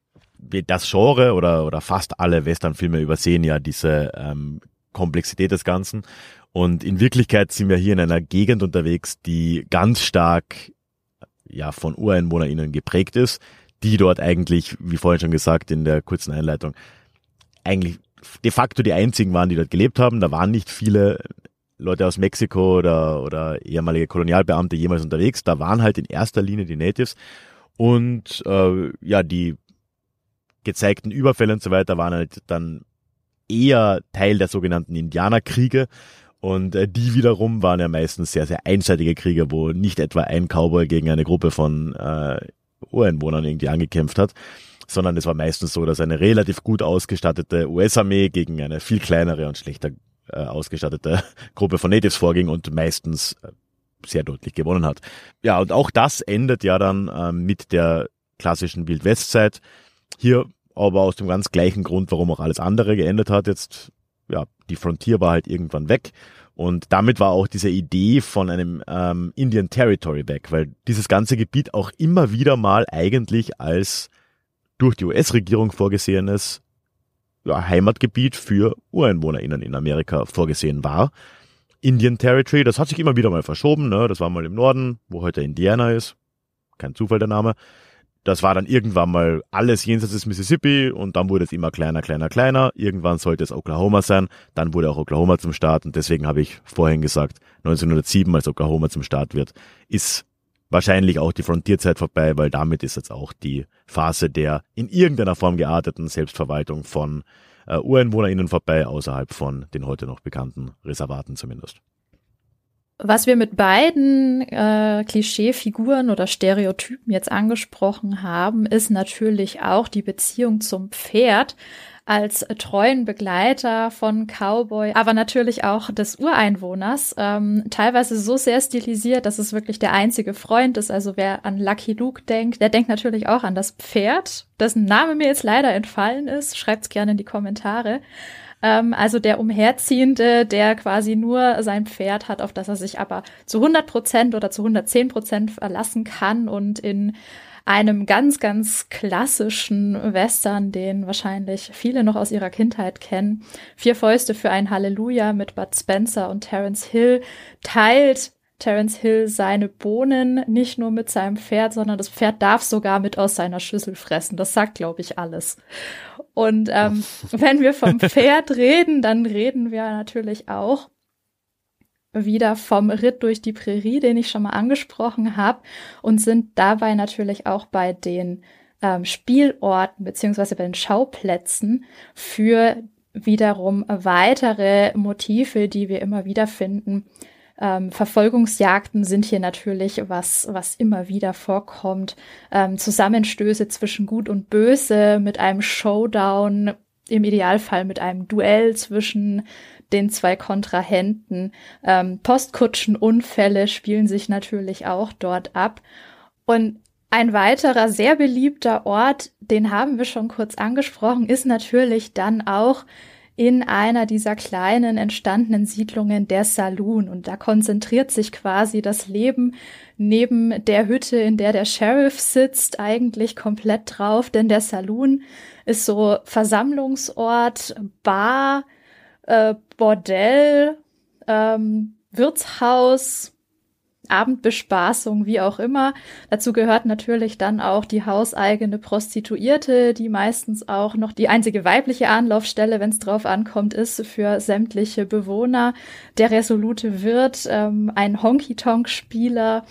Das Genre oder fast alle Westernfilme übersehen ja diese Komplexität des Ganzen. Und in Wirklichkeit sind wir hier in einer Gegend unterwegs, die ganz stark von UreinwohnerInnen geprägt ist, die dort eigentlich, wie vorhin schon gesagt in der kurzen Einleitung, eigentlich de facto die einzigen waren, die dort gelebt haben. Da waren nicht viele Leute aus Mexiko oder ehemalige Kolonialbeamte jemals unterwegs. Da waren halt in erster Linie die Natives. Und die gezeigten Überfälle und so weiter waren halt dann eher Teil der sogenannten Indianerkriege. Und die wiederum waren ja meistens sehr, sehr einseitige Kriege, wo nicht etwa ein Cowboy gegen eine Gruppe von Ureinwohnern irgendwie angekämpft hat, sondern es war meistens so, dass eine relativ gut ausgestattete US-Armee gegen eine viel kleinere und schlechter ausgestattete Gruppe von Natives vorging und meistens sehr deutlich gewonnen hat. Ja, und auch das endet ja dann mit der klassischen Wild-West-Zeit. Hier aber aus dem ganz gleichen Grund, warum auch alles andere geendet hat. Jetzt, die Frontier war halt irgendwann weg. Und damit war auch diese Idee von einem Indian Territory weg, weil dieses ganze Gebiet auch immer wieder mal eigentlich als durch die US-Regierung vorgesehenes Heimatgebiet für UreinwohnerInnen in Amerika vorgesehen war. Indian Territory, das hat sich immer wieder mal verschoben, ne? Das war mal im Norden, wo heute Indiana ist. Kein Zufall der Name. Das war dann irgendwann mal alles jenseits des Mississippi und dann wurde es immer kleiner, kleiner, kleiner. Irgendwann sollte es Oklahoma sein, dann wurde auch Oklahoma zum Staat und deswegen habe ich vorhin gesagt, 1907, als Oklahoma zum Staat wird, ist wahrscheinlich auch die Frontierzeit vorbei, weil damit ist jetzt auch die Phase der in irgendeiner Form gearteten Selbstverwaltung von UreinwohnerInnen vorbei, außerhalb von den heute noch bekannten Reservaten zumindest. Was wir mit beiden Klischeefiguren oder Stereotypen jetzt angesprochen haben, ist natürlich auch die Beziehung zum Pferd. als treuen Begleiter von Cowboy, aber natürlich auch des Ureinwohners, teilweise so sehr stilisiert, dass es wirklich der einzige Freund ist. Also wer an Lucky Luke denkt, der denkt natürlich auch an das Pferd, dessen Name mir jetzt leider entfallen ist. Schreibt's gerne in die Kommentare. Also der Umherziehende, der quasi nur sein Pferd hat, auf das er sich aber zu 100% oder zu 110% verlassen kann und in einem ganz, ganz klassischen Western, den wahrscheinlich viele noch aus ihrer Kindheit kennen, 4 Fäuste für ein Halleluja mit Bud Spencer und Terence Hill, teilt Terence Hill seine Bohnen nicht nur mit seinem Pferd, sondern das Pferd darf sogar mit aus seiner Schüssel fressen. Das sagt, glaube ich, alles. Und wenn wir vom Pferd reden, dann reden wir natürlich auch wieder vom Ritt durch die Prärie, den ich schon mal angesprochen habe, und sind dabei natürlich auch bei den Spielorten beziehungsweise bei den Schauplätzen für wiederum weitere Motive, die wir immer wieder finden. Verfolgungsjagden sind hier natürlich was immer wieder vorkommt. Zusammenstöße zwischen Gut und Böse mit einem Showdown, im Idealfall mit einem Duell zwischen den 2 Kontrahenten. Postkutschenunfälle spielen sich natürlich auch dort ab. Und ein weiterer sehr beliebter Ort, den haben wir schon kurz angesprochen, ist natürlich dann auch in einer dieser kleinen entstandenen Siedlungen der Saloon. Und da konzentriert sich quasi das Leben neben der Hütte, in der der Sheriff sitzt, eigentlich komplett drauf. Denn der Saloon ist so Versammlungsort, Bar, Bordell, Wirtshaus, Abendbespaßung, wie auch immer. Dazu gehört natürlich dann auch die hauseigene Prostituierte, die meistens auch noch die einzige weibliche Anlaufstelle, wenn es drauf ankommt, ist für sämtliche Bewohner. Der resolute Wirt, ein Honky-Tonk-Spieler,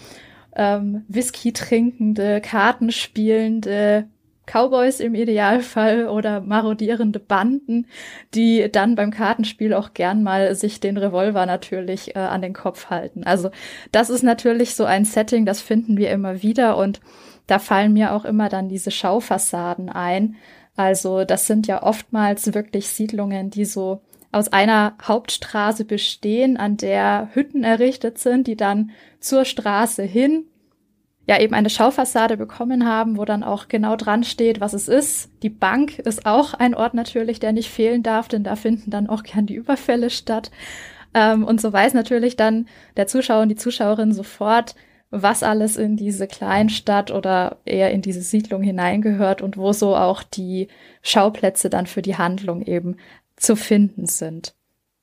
Whisky trinkende, Kartenspielende Cowboys im Idealfall oder marodierende Banden, die dann beim Kartenspiel auch gern mal sich den Revolver natürlich an den Kopf halten. Also das ist natürlich so ein Setting, das finden wir immer wieder, und da fallen mir auch immer dann diese Schaufassaden ein. Also das sind ja oftmals wirklich Siedlungen, die so aus einer Hauptstraße bestehen, an der Hütten errichtet sind, die dann zur Straße hin ja eben eine Schaufassade bekommen haben, wo dann auch genau dran steht, was es ist. Die Bank ist auch ein Ort natürlich, der nicht fehlen darf, denn da finden dann auch gern die Überfälle statt. Und so weiß natürlich dann der Zuschauer und die Zuschauerin sofort, was alles in diese Kleinstadt oder eher in diese Siedlung hineingehört und wo so auch die Schauplätze dann für die Handlung eben zu finden sind.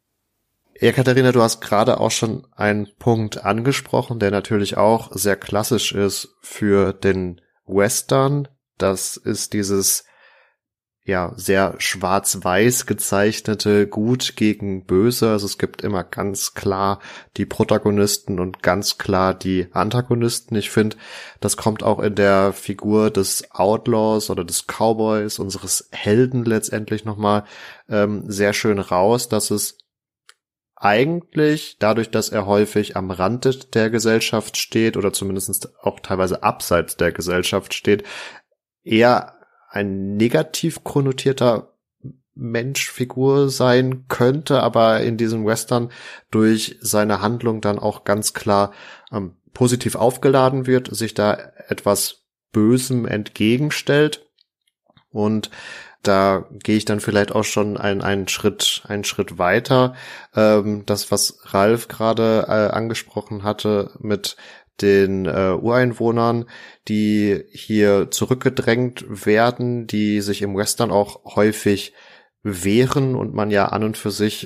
Ja, Katharina, du hast gerade auch schon einen Punkt angesprochen, der natürlich auch sehr klassisch ist für den Western. Das ist dieses ja sehr schwarz-weiß gezeichnete Gut gegen Böse. Also es gibt immer ganz klar die Protagonisten und ganz klar die Antagonisten. Ich finde, das kommt auch in der Figur des Outlaws oder des Cowboys, unseres Helden letztendlich nochmal sehr schön raus, dass es eigentlich, dadurch, dass er häufig am Rand der Gesellschaft steht oder zumindest auch teilweise abseits der Gesellschaft steht, eher ein negativ konnotierter Menschfigur sein könnte, aber in diesem Western durch seine Handlung dann auch ganz klar positiv aufgeladen wird, sich da etwas Bösem entgegenstellt. Und da gehe ich dann vielleicht auch schon einen Schritt weiter. Das, was Ralf gerade angesprochen hatte mit den Ureinwohnern, die hier zurückgedrängt werden, die sich im Western auch häufig wehren und man ja an und für sich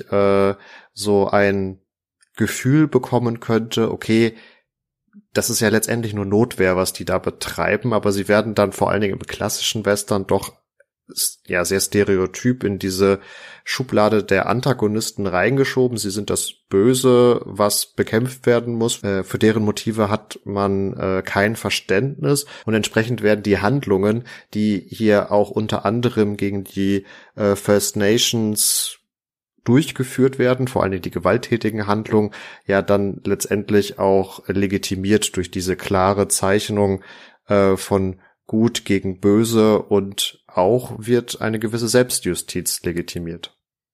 so ein Gefühl bekommen könnte, okay, das ist ja letztendlich nur Notwehr, was die da betreiben, aber sie werden dann vor allen Dingen im klassischen Western doch ja sehr stereotyp in diese Schublade der Antagonisten reingeschoben. Sie sind das Böse, was bekämpft werden muss. Für deren Motive hat man kein Verständnis und entsprechend werden die Handlungen, die hier auch unter anderem gegen die First Nations durchgeführt werden, vor allem die gewalttätigen Handlungen, ja dann letztendlich auch legitimiert durch diese klare Zeichnung von Gut gegen Böse und auch wird eine gewisse Selbstjustiz legitimiert.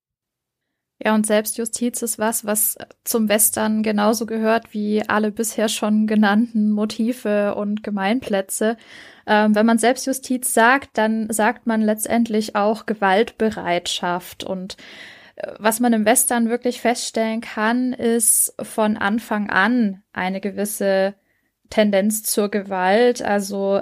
Ja, und Selbstjustiz ist was zum Western genauso gehört wie alle bisher schon genannten Motive und Gemeinplätze. Wenn man Selbstjustiz sagt, dann sagt man letztendlich auch Gewaltbereitschaft. Und was man im Western wirklich feststellen kann, ist von Anfang an eine gewisse Tendenz zur Gewalt. Also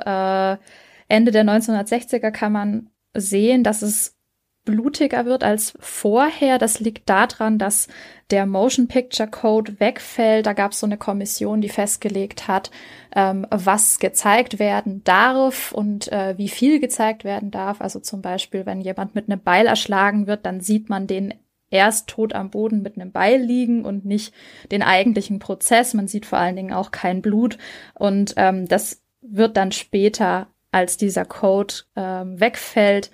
Ende der 1960er kann man sehen, dass es blutiger wird als vorher. Das liegt daran, dass der Motion Picture Code wegfällt. Da gab es so eine Kommission, die festgelegt hat, was gezeigt werden darf und wie viel gezeigt werden darf. Also zum Beispiel, wenn jemand mit einem Beil erschlagen wird, dann sieht man den erst tot am Boden mit einem Beil liegen und nicht den eigentlichen Prozess. Man sieht vor allen Dingen auch kein Blut. Und das wird dann später, als dieser Code wegfällt,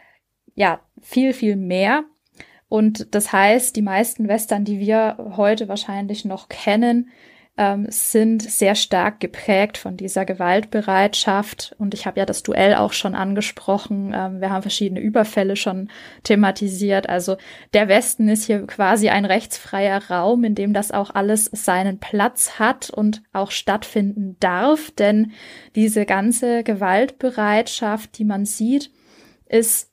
ja, viel, viel mehr. Und das heißt, die meisten Western, die wir heute wahrscheinlich noch kennen, sind sehr stark geprägt von dieser Gewaltbereitschaft. Und ich habe ja das Duell auch schon angesprochen. Wir haben verschiedene Überfälle schon thematisiert. Also der Westen ist hier quasi ein rechtsfreier Raum, in dem das auch alles seinen Platz hat und auch stattfinden darf. Denn diese ganze Gewaltbereitschaft, die man sieht, ist,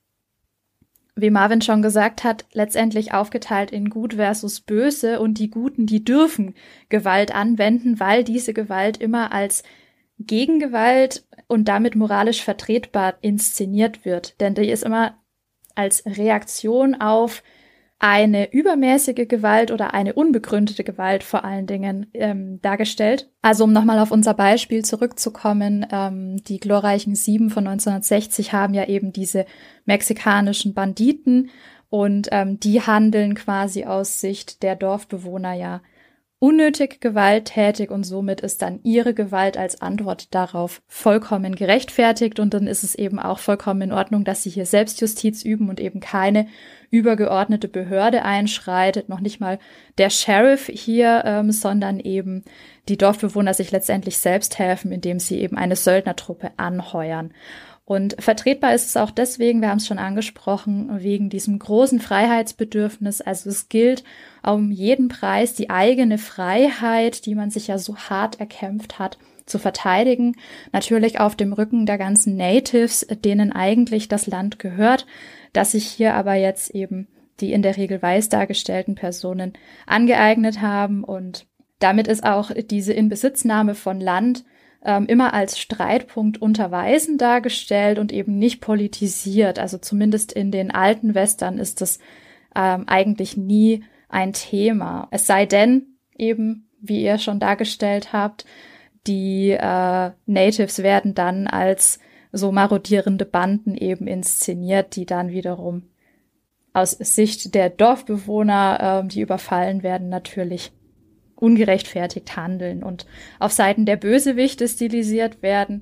wie Marvin schon gesagt hat, letztendlich aufgeteilt in Gut versus Böse, und die Guten, die dürfen Gewalt anwenden, weil diese Gewalt immer als Gegengewalt und damit moralisch vertretbar inszeniert wird. Denn die ist immer als Reaktion auf eine übermäßige Gewalt oder eine unbegründete Gewalt vor allen Dingen dargestellt. Also um nochmal auf unser Beispiel zurückzukommen, die glorreichen 7 von 1960 haben ja eben diese mexikanischen Banditen und die handeln quasi aus Sicht der Dorfbewohner ja unnötig gewalttätig, und somit ist dann ihre Gewalt als Antwort darauf vollkommen gerechtfertigt, und dann ist es eben auch vollkommen in Ordnung, dass sie hier Selbstjustiz üben und eben keine übergeordnete Behörde einschreitet, noch nicht mal der Sheriff hier, sondern eben die Dorfbewohner sich letztendlich selbst helfen, indem sie eben eine Söldnertruppe anheuern. Und vertretbar ist es auch deswegen, wir haben es schon angesprochen, wegen diesem großen Freiheitsbedürfnis. Also es gilt um jeden Preis, die eigene Freiheit, die man sich ja so hart erkämpft hat, zu verteidigen. Natürlich auf dem Rücken der ganzen Natives, denen eigentlich das Land gehört, dass sich hier aber jetzt eben die in der Regel weiß dargestellten Personen angeeignet haben. Und damit ist auch diese Inbesitznahme von Land immer als Streitpunkt unter Weißen dargestellt und eben nicht politisiert. Also zumindest in den alten Western ist das eigentlich nie ein Thema. Es sei denn eben, wie ihr schon dargestellt habt, die Natives werden dann als so marodierende Banden eben inszeniert, die dann wiederum aus Sicht der Dorfbewohner, die überfallen werden, natürlich ungerechtfertigt handeln und auf Seiten der Bösewichte stilisiert werden.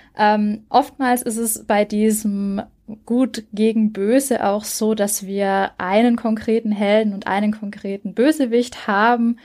Oftmals ist es bei diesem Gut gegen Böse auch so, dass wir einen konkreten Helden und einen konkreten Bösewicht haben.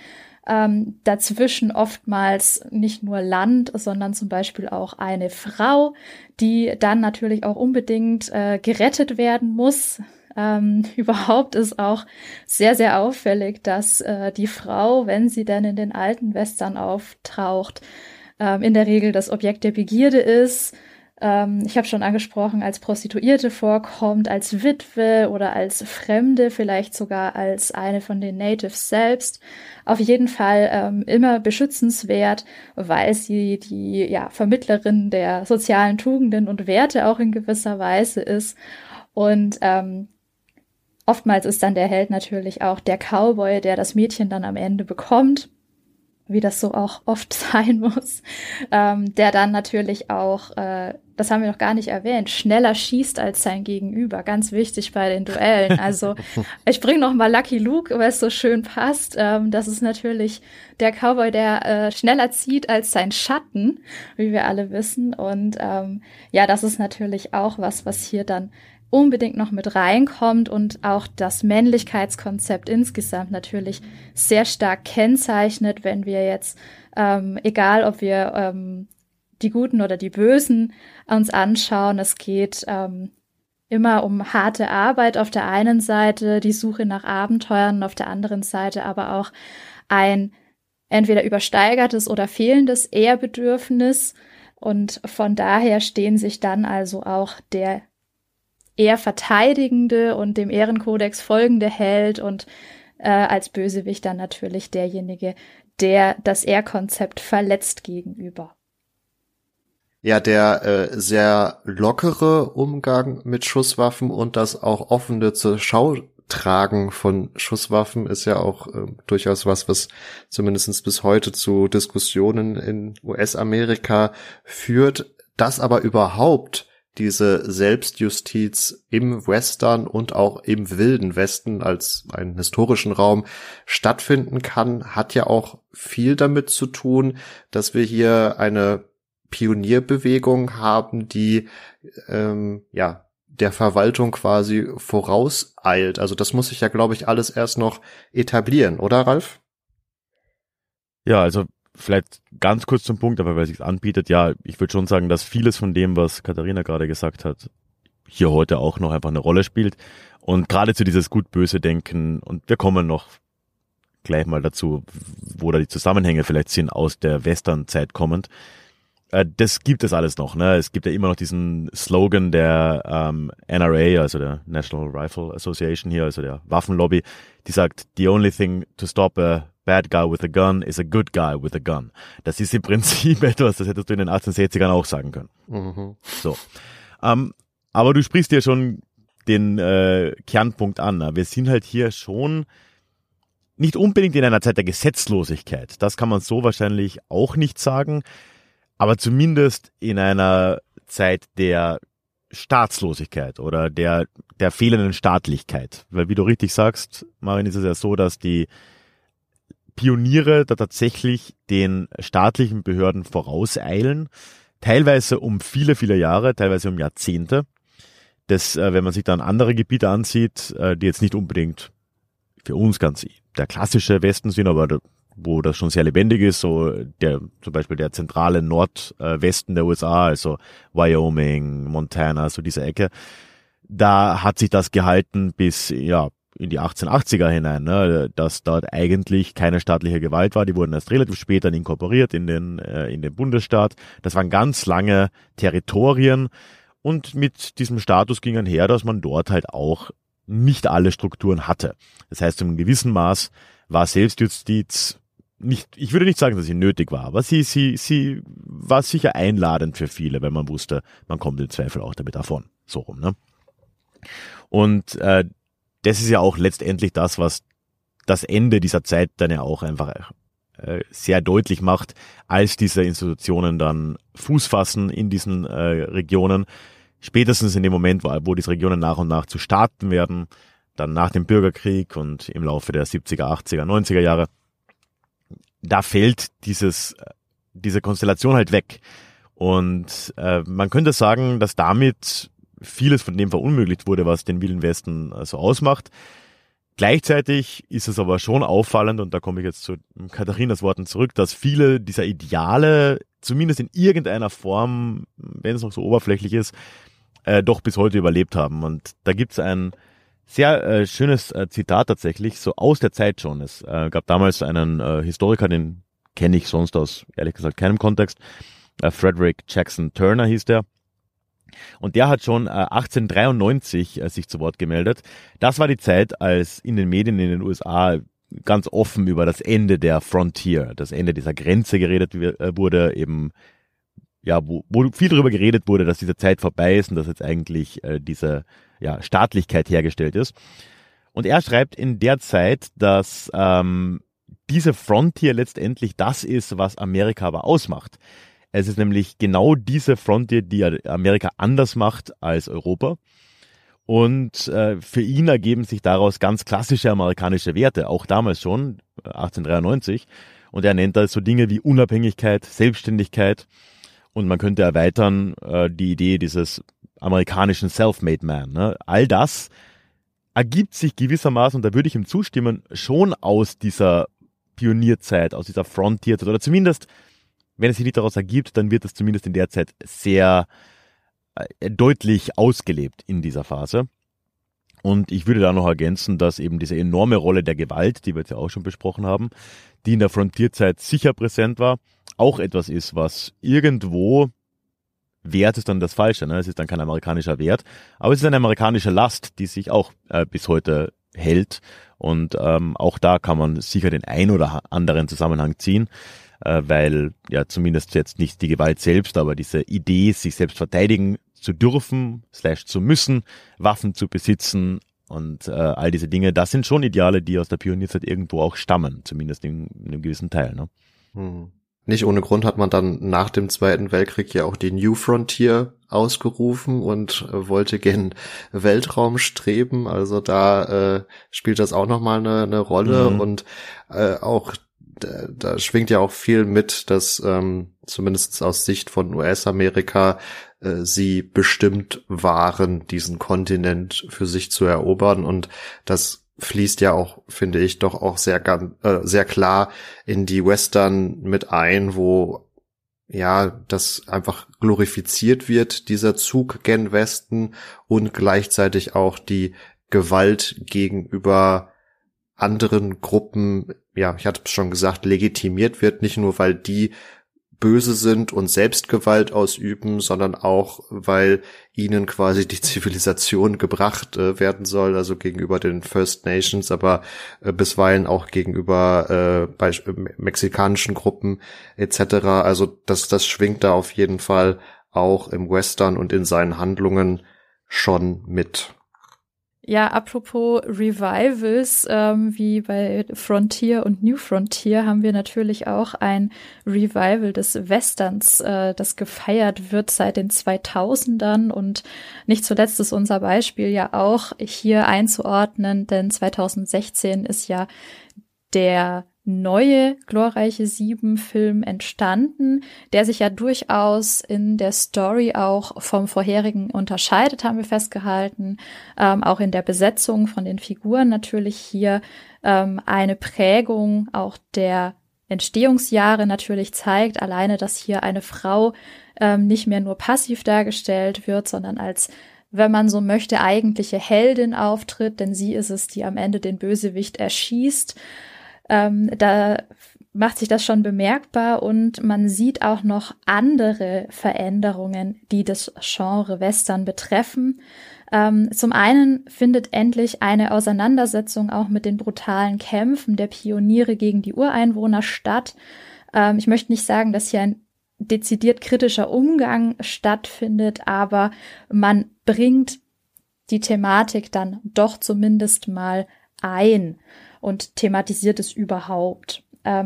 Dazwischen oftmals nicht nur Land, sondern zum Beispiel auch eine Frau, die dann natürlich auch unbedingt gerettet werden muss. Überhaupt ist auch sehr, sehr auffällig, dass die Frau, wenn sie dann in den alten Western auftaucht, in der Regel das Objekt der Begierde ist. Ich habe schon angesprochen, als Prostituierte vorkommt, als Witwe oder als Fremde, vielleicht sogar als eine von den Natives selbst. Auf jeden Fall immer beschützenswert, weil sie die Vermittlerin der sozialen Tugenden und Werte auch in gewisser Weise ist. Und oftmals ist dann der Held natürlich auch der Cowboy, der das Mädchen dann am Ende bekommt, wie das so auch oft sein muss, der dann natürlich auch, das haben wir noch gar nicht erwähnt, schneller schießt als sein Gegenüber. Ganz wichtig bei den Duellen. Also ich bringe noch mal Lucky Luke, weil es so schön passt. Das ist natürlich der Cowboy, der schneller zieht als sein Schatten, wie wir alle wissen. Und das ist natürlich auch was hier dann unbedingt noch mit reinkommt und auch das Männlichkeitskonzept insgesamt natürlich sehr stark kennzeichnet, wenn wir jetzt, egal ob wir die Guten oder die Bösen uns anschauen. Es geht immer um harte Arbeit auf der einen Seite, die Suche nach Abenteuern, auf der anderen Seite aber auch ein entweder übersteigertes oder fehlendes Ehrbedürfnis. Und von daher stehen sich dann also auch der eher verteidigende und dem Ehrenkodex folgende Held und als Bösewicht dann natürlich derjenige, der das Ehrkonzept verletzt gegenüber. Ja, der sehr lockere Umgang mit Schusswaffen und das auch offene zur Schau tragen von Schusswaffen ist ja auch durchaus was zumindest bis heute zu Diskussionen in US-Amerika führt, dass aber überhaupt diese Selbstjustiz im Western und auch im Wilden Westen als einen historischen Raum stattfinden kann, hat ja auch viel damit zu tun, dass wir hier eine Pionierbewegung haben, die der Verwaltung quasi vorauseilt. Also das muss sich ja, glaube ich, alles erst noch etablieren, oder Ralf? Ja, also vielleicht ganz kurz zum Punkt, aber weil es sich anbietet, ja, ich würde schon sagen, dass vieles von dem, was Katharina gerade gesagt hat, hier heute auch noch einfach eine Rolle spielt. Und gerade zu dieses Gut-Böse-Denken, und wir kommen noch gleich mal dazu, wo da die Zusammenhänge vielleicht sind aus der Western-Zeit kommend. Das gibt es alles noch, ne? Es gibt ja immer noch diesen Slogan der NRA, also der National Rifle Association hier, also der Waffenlobby, die sagt, the only thing to stop a bad guy with a gun is a good guy with a gun. Das ist im Prinzip etwas, das hättest du in den 1860ern auch sagen können. Mhm. So. Aber du sprichst ja schon den Kernpunkt an. Ne? Wir sind halt hier schon nicht unbedingt in einer Zeit der Gesetzlosigkeit. Das kann man so wahrscheinlich auch nicht sagen. Aber zumindest in einer Zeit der Staatslosigkeit oder der fehlenden Staatlichkeit. Weil wie du richtig sagst, Marin, ist es ja so, dass die Pioniere da tatsächlich den staatlichen Behörden vorauseilen. Teilweise um viele, viele Jahre, teilweise um Jahrzehnte. Das, wenn man sich dann andere Gebiete ansieht, die jetzt nicht unbedingt für uns ganz der klassische Westen sind, aber wo das schon sehr lebendig ist, so zum Beispiel der zentrale Nordwesten der USA, also Wyoming, Montana, so diese Ecke, da hat sich das gehalten bis in die 1880er hinein, ne, dass dort eigentlich keine staatliche Gewalt war. Die wurden erst relativ spät dann inkorporiert in den Bundesstaat. Das waren ganz lange Territorien und mit diesem Status ging einher, dass man dort halt auch nicht alle Strukturen hatte. Das heißt, zu einem gewissen Maß war Selbstjustiz nicht, ich würde nicht sagen, dass sie nötig war, aber sie war sicher einladend für viele, weil man wusste, man kommt im Zweifel auch damit davon. So rum, ne? Und das ist ja auch letztendlich das, was das Ende dieser Zeit dann ja auch einfach sehr deutlich macht, als diese Institutionen dann Fuß fassen in diesen Regionen. Spätestens in dem Moment, wo diese Regionen nach und nach zu Staaten werden, dann nach dem Bürgerkrieg und im Laufe der 70er, 80er, 90er Jahre, da fällt diese Konstellation halt weg. Und man könnte sagen, dass damit vieles von dem verunmöglicht wurde, was den Wilden Westen so ausmacht. Gleichzeitig ist es aber schon auffallend, und da komme ich jetzt zu Katharinas Worten zurück, dass viele dieser Ideale, zumindest in irgendeiner Form, wenn es noch so oberflächlich ist, doch bis heute überlebt haben. Und da gibt es ein sehr schönes Zitat tatsächlich, so aus der Zeit schon. Es gab damals einen Historiker, den kenne ich sonst aus, ehrlich gesagt, keinem Kontext. Frederick Jackson Turner hieß der. Und der hat schon 1893 sich zu Wort gemeldet. Das war die Zeit, als in den Medien in den USA ganz offen über das Ende der Frontier, das Ende dieser Grenze geredet wurde, eben, ja, wo viel darüber geredet wurde, dass diese Zeit vorbei ist und dass jetzt eigentlich diese Staatlichkeit hergestellt ist. Und er schreibt in der Zeit, dass diese Frontier letztendlich das ist, was Amerika aber ausmacht. Es ist nämlich genau diese Frontier, die Amerika anders macht als Europa. Und für ihn ergeben sich daraus ganz klassische amerikanische Werte, auch damals schon, 1893. Und er nennt das so Dinge wie Unabhängigkeit, Selbstständigkeit. Und man könnte erweitern die Idee dieses amerikanischen Self-Made Man. Ne? All das ergibt sich gewissermaßen, und da würde ich ihm zustimmen, schon aus dieser Pionierzeit, aus dieser Frontierzeit, oder zumindest, wenn es sich nicht daraus ergibt, dann wird es zumindest in der Zeit sehr deutlich ausgelebt in dieser Phase. Und ich würde da noch ergänzen, dass eben diese enorme Rolle der Gewalt, die wir jetzt ja auch schon besprochen haben, die in der Frontierzeit sicher präsent war, auch etwas ist, was irgendwo, Wert ist dann das Falsche, ne? Es ist dann kein amerikanischer Wert, aber es ist eine amerikanische Last, die sich auch bis heute hält. Und auch da kann man sicher den ein oder anderen Zusammenhang ziehen, weil ja zumindest jetzt nicht die Gewalt selbst, aber diese Idee, sich selbst verteidigen zu dürfen, / zu müssen, Waffen zu besitzen und all diese Dinge, das sind schon Ideale, die aus der Pionierzeit irgendwo auch stammen, zumindest in einem gewissen Teil. Ne? Nicht ohne Grund hat man dann nach dem Zweiten Weltkrieg ja auch die New Frontier ausgerufen und wollte gen Weltraum streben. Also da spielt das auch nochmal eine Rolle und auch da schwingt ja auch viel mit, dass zumindest aus Sicht von US-Amerika sie bestimmt waren, diesen Kontinent für sich zu erobern, und das fließt ja auch, finde ich, doch auch sehr klar in die Western mit ein, wo ja das einfach glorifiziert wird, dieser Zug gen Westen, und gleichzeitig auch die Gewalt gegenüber anderen Gruppen, ja, ich hatte es schon gesagt, legitimiert wird, nicht nur, weil die böse sind und selbst Gewalt ausüben, sondern auch, weil ihnen quasi die Zivilisation gebracht werden soll, also gegenüber den First Nations, aber bisweilen auch gegenüber mexikanischen Gruppen etc. Also das schwingt da auf jeden Fall auch im Western und in seinen Handlungen schon mit. Ja, apropos Revivals, wie bei Frontier und New Frontier haben wir natürlich auch ein Revival des Westerns, das gefeiert wird seit den 2000ern, und nicht zuletzt ist unser Beispiel ja auch hier einzuordnen, denn 2016 ist ja der neue Glorreiche 7-Film entstanden, der sich ja durchaus in der Story auch vom vorherigen unterscheidet, haben wir festgehalten. Auch in der Besetzung von den Figuren natürlich hier eine Prägung auch der Entstehungsjahre natürlich zeigt. Alleine, dass hier eine Frau nicht mehr nur passiv dargestellt wird, sondern als, wenn man so möchte, eigentliche Heldin auftritt, denn sie ist es, die am Ende den Bösewicht erschießt. Da macht sich das schon bemerkbar, und man sieht auch noch andere Veränderungen, die das Genre Western betreffen. Zum einen findet endlich eine Auseinandersetzung auch mit den brutalen Kämpfen der Pioniere gegen die Ureinwohner statt. Ich möchte nicht sagen, dass hier ein dezidiert kritischer Umgang stattfindet, aber man bringt die Thematik dann doch zumindest mal ein und thematisiert es überhaupt.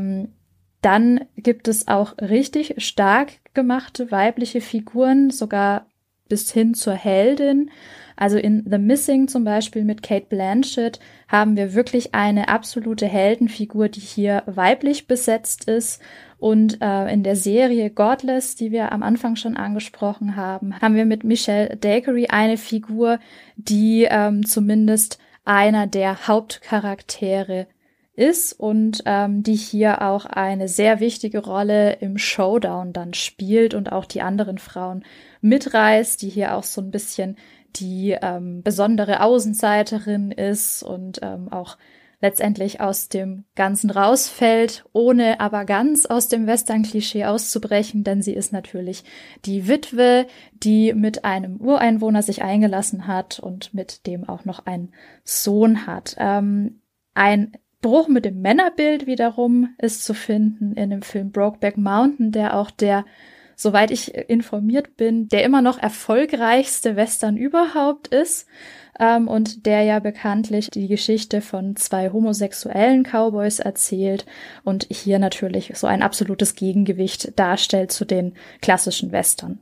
Dann gibt es auch richtig stark gemachte weibliche Figuren, sogar bis hin zur Heldin. Also in The Missing zum Beispiel mit Cate Blanchett haben wir wirklich eine absolute Heldenfigur, die hier weiblich besetzt ist. Und in der Serie Godless, die wir am Anfang schon angesprochen haben, haben wir mit Michelle Dacre eine Figur, die zumindest einer der Hauptcharaktere ist und die hier auch eine sehr wichtige Rolle im Showdown dann spielt und auch die anderen Frauen mitreißt, die hier auch so ein bisschen die besondere Außenseiterin ist und auch letztendlich aus dem Ganzen rausfällt, ohne aber ganz aus dem Western-Klischee auszubrechen, denn sie ist natürlich die Witwe, die mit einem Ureinwohner sich eingelassen hat und mit dem auch noch einen Sohn hat. Ein Bruch mit dem Männerbild wiederum ist zu finden in dem Film Brokeback Mountain, der auch soweit ich informiert bin, der immer noch erfolgreichste Western überhaupt ist. Und der ja bekanntlich die Geschichte von 2 homosexuellen Cowboys erzählt und hier natürlich so ein absolutes Gegengewicht darstellt zu den klassischen Western.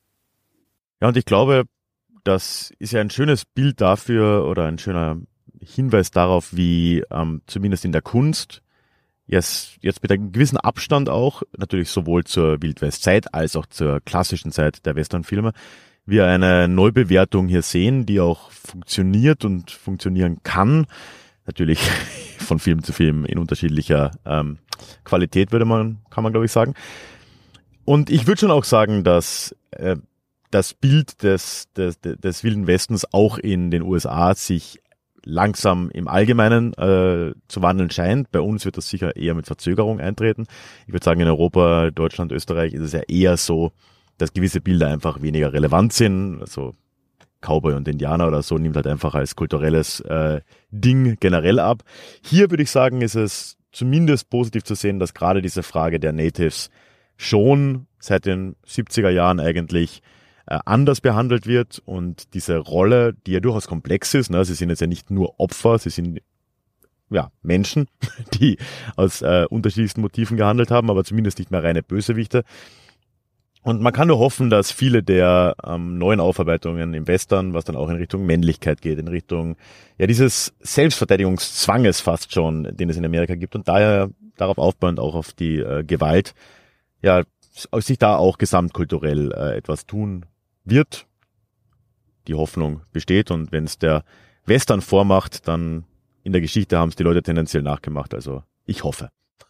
Ja, und ich glaube, das ist ja ein schönes Bild dafür oder ein schöner Hinweis darauf, wie zumindest in der Kunst jetzt mit einem gewissen Abstand auch, natürlich sowohl zur Wildwestzeit als auch zur klassischen Zeit der Westernfilme, wir eine Neubewertung hier sehen, die auch funktioniert und funktionieren kann. Natürlich von Film zu Film in unterschiedlicher Qualität, kann man glaube ich sagen. Und ich würde schon auch sagen, dass das Bild des Wilden Westens auch in den USA sich langsam im Allgemeinen zu wandeln scheint. Bei uns wird das sicher eher mit Verzögerung eintreten. Ich würde sagen, in Europa, Deutschland, Österreich ist es ja eher so, dass gewisse Bilder einfach weniger relevant sind. Also Cowboy und Indianer oder so nimmt halt einfach als kulturelles Ding generell ab. Hier würde ich sagen, ist es zumindest positiv zu sehen, dass gerade diese Frage der Natives schon seit den 70er Jahren eigentlich anders behandelt wird und diese Rolle, die ja durchaus komplex ist, ne, sie sind jetzt ja nicht nur Opfer, sie sind ja Menschen, die aus unterschiedlichsten Motiven gehandelt haben, aber zumindest nicht mehr reine Bösewichte. Und man kann nur hoffen, dass viele der neuen Aufarbeitungen im Western, was dann auch in Richtung Männlichkeit geht, in Richtung ja dieses Selbstverteidigungszwanges fast schon, den es in Amerika gibt und daher darauf aufbauend auch auf die Gewalt, ja, sich da auch gesamtkulturell etwas tun wird. Die Hoffnung besteht und wenn es der Western vormacht, dann in der Geschichte haben es die Leute tendenziell nachgemacht. Also ich hoffe.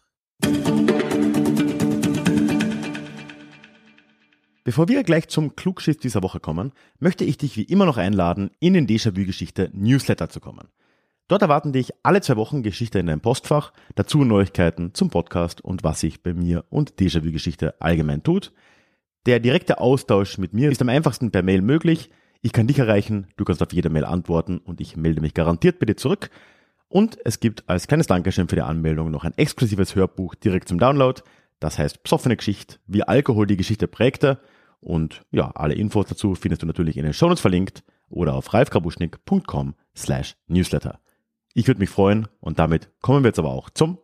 Bevor wir gleich zum Klugschiss dieser Woche kommen, möchte ich dich wie immer noch einladen, in den Déjà-vu-Geschichte Newsletter zu kommen. Dort erwarten dich alle 2 Wochen Geschichte in deinem Postfach, dazu Neuigkeiten zum Podcast und was sich bei mir und Déjà-vu-Geschichte allgemein tut. Der direkte Austausch mit mir ist am einfachsten per Mail möglich. Ich kann dich erreichen, du kannst auf jede Mail antworten und ich melde mich garantiert bei dir zurück. Und es gibt als kleines Dankeschön für die Anmeldung noch ein exklusives Hörbuch direkt zum Download. Das heißt Psoffene Geschichte, wie Alkohol die Geschichte prägte. Und ja, alle Infos dazu findest du natürlich in den Shownotes verlinkt oder auf ralfgrabuschnick.com/newsletter. Ich würde mich freuen und damit kommen wir jetzt aber auch zum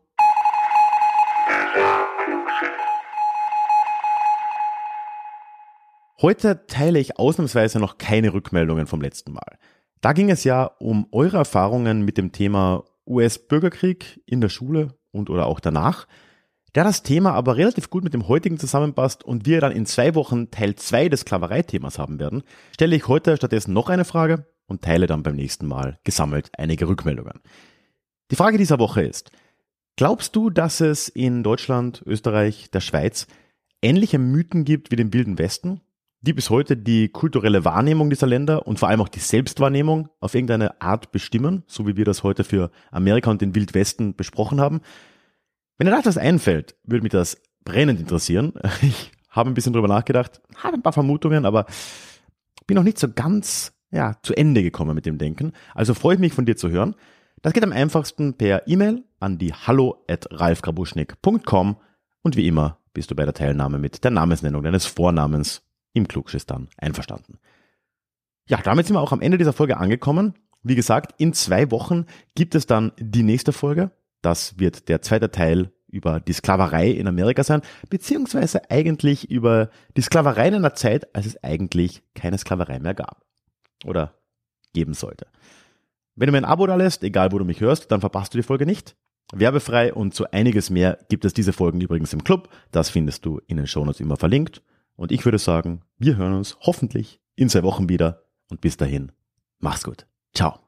Heute teile ich ausnahmsweise noch keine Rückmeldungen vom letzten Mal. Da ging es ja um eure Erfahrungen mit dem Thema US-Bürgerkrieg in der Schule und oder auch danach. Da das Thema aber relativ gut mit dem heutigen zusammenpasst und wir dann in 2 Wochen Teil 2 des Sklaverei-Themas haben werden, stelle ich heute stattdessen noch eine Frage und teile dann beim nächsten Mal gesammelt einige Rückmeldungen. Die Frage dieser Woche ist: Glaubst du, dass es in Deutschland, Österreich, der Schweiz ähnliche Mythen gibt wie dem Wilden Westen, die bis heute die kulturelle Wahrnehmung dieser Länder und vor allem auch die Selbstwahrnehmung auf irgendeine Art bestimmen, so wie wir das heute für Amerika und den Wildwesten besprochen haben? Wenn dir das einfällt, würde mich das brennend interessieren. Ich habe ein bisschen drüber nachgedacht, habe ein paar Vermutungen, aber bin noch nicht so ganz zu Ende gekommen mit dem Denken. Also freue ich mich, von dir zu hören. Das geht am einfachsten per E-Mail an die hallo@ralfgrabuschnick.com und wie immer bist du bei der Teilnahme mit der Namensnennung deines Vornamens im Klugschiss dann einverstanden. Ja, damit sind wir auch am Ende dieser Folge angekommen. Wie gesagt, in 2 Wochen gibt es dann die nächste Folge. Das wird der 2. Teil über die Sklaverei in Amerika sein, beziehungsweise eigentlich über die Sklaverei in einer Zeit, als es eigentlich keine Sklaverei mehr gab oder geben sollte. Wenn du mir ein Abo da lässt, egal wo du mich hörst, dann verpasst du die Folge nicht. Werbefrei und so einiges mehr gibt es diese Folgen übrigens im Club. Das findest du in den Shownotes immer verlinkt. Und ich würde sagen, wir hören uns hoffentlich in 2 Wochen wieder. Und bis dahin, mach's gut. Ciao.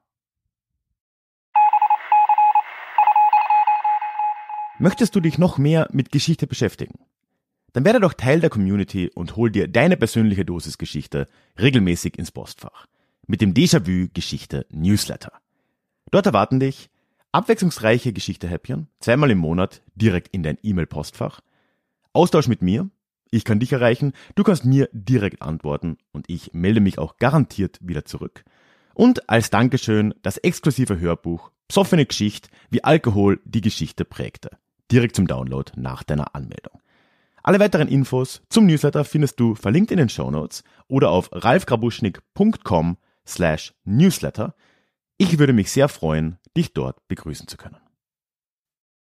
Möchtest du dich noch mehr mit Geschichte beschäftigen? Dann werde doch Teil der Community und hol dir deine persönliche Dosis Geschichte regelmäßig ins Postfach. Mit dem Déjà-vu Geschichte Newsletter. Dort erwarten dich abwechslungsreiche Geschichte-Häppchen, 2-mal im Monat direkt in dein E-Mail-Postfach. Austausch mit mir. Ich kann dich erreichen, du kannst mir direkt antworten und ich melde mich auch garantiert wieder zurück. Und als Dankeschön das exklusive Hörbuch Psoffene Geschichte, wie Alkohol die Geschichte prägte. Direkt zum Download nach deiner Anmeldung. Alle weiteren Infos zum Newsletter findest du verlinkt in den Shownotes oder auf ralfgrabuschnick.com/newsletter. Ich würde mich sehr freuen, dich dort begrüßen zu können.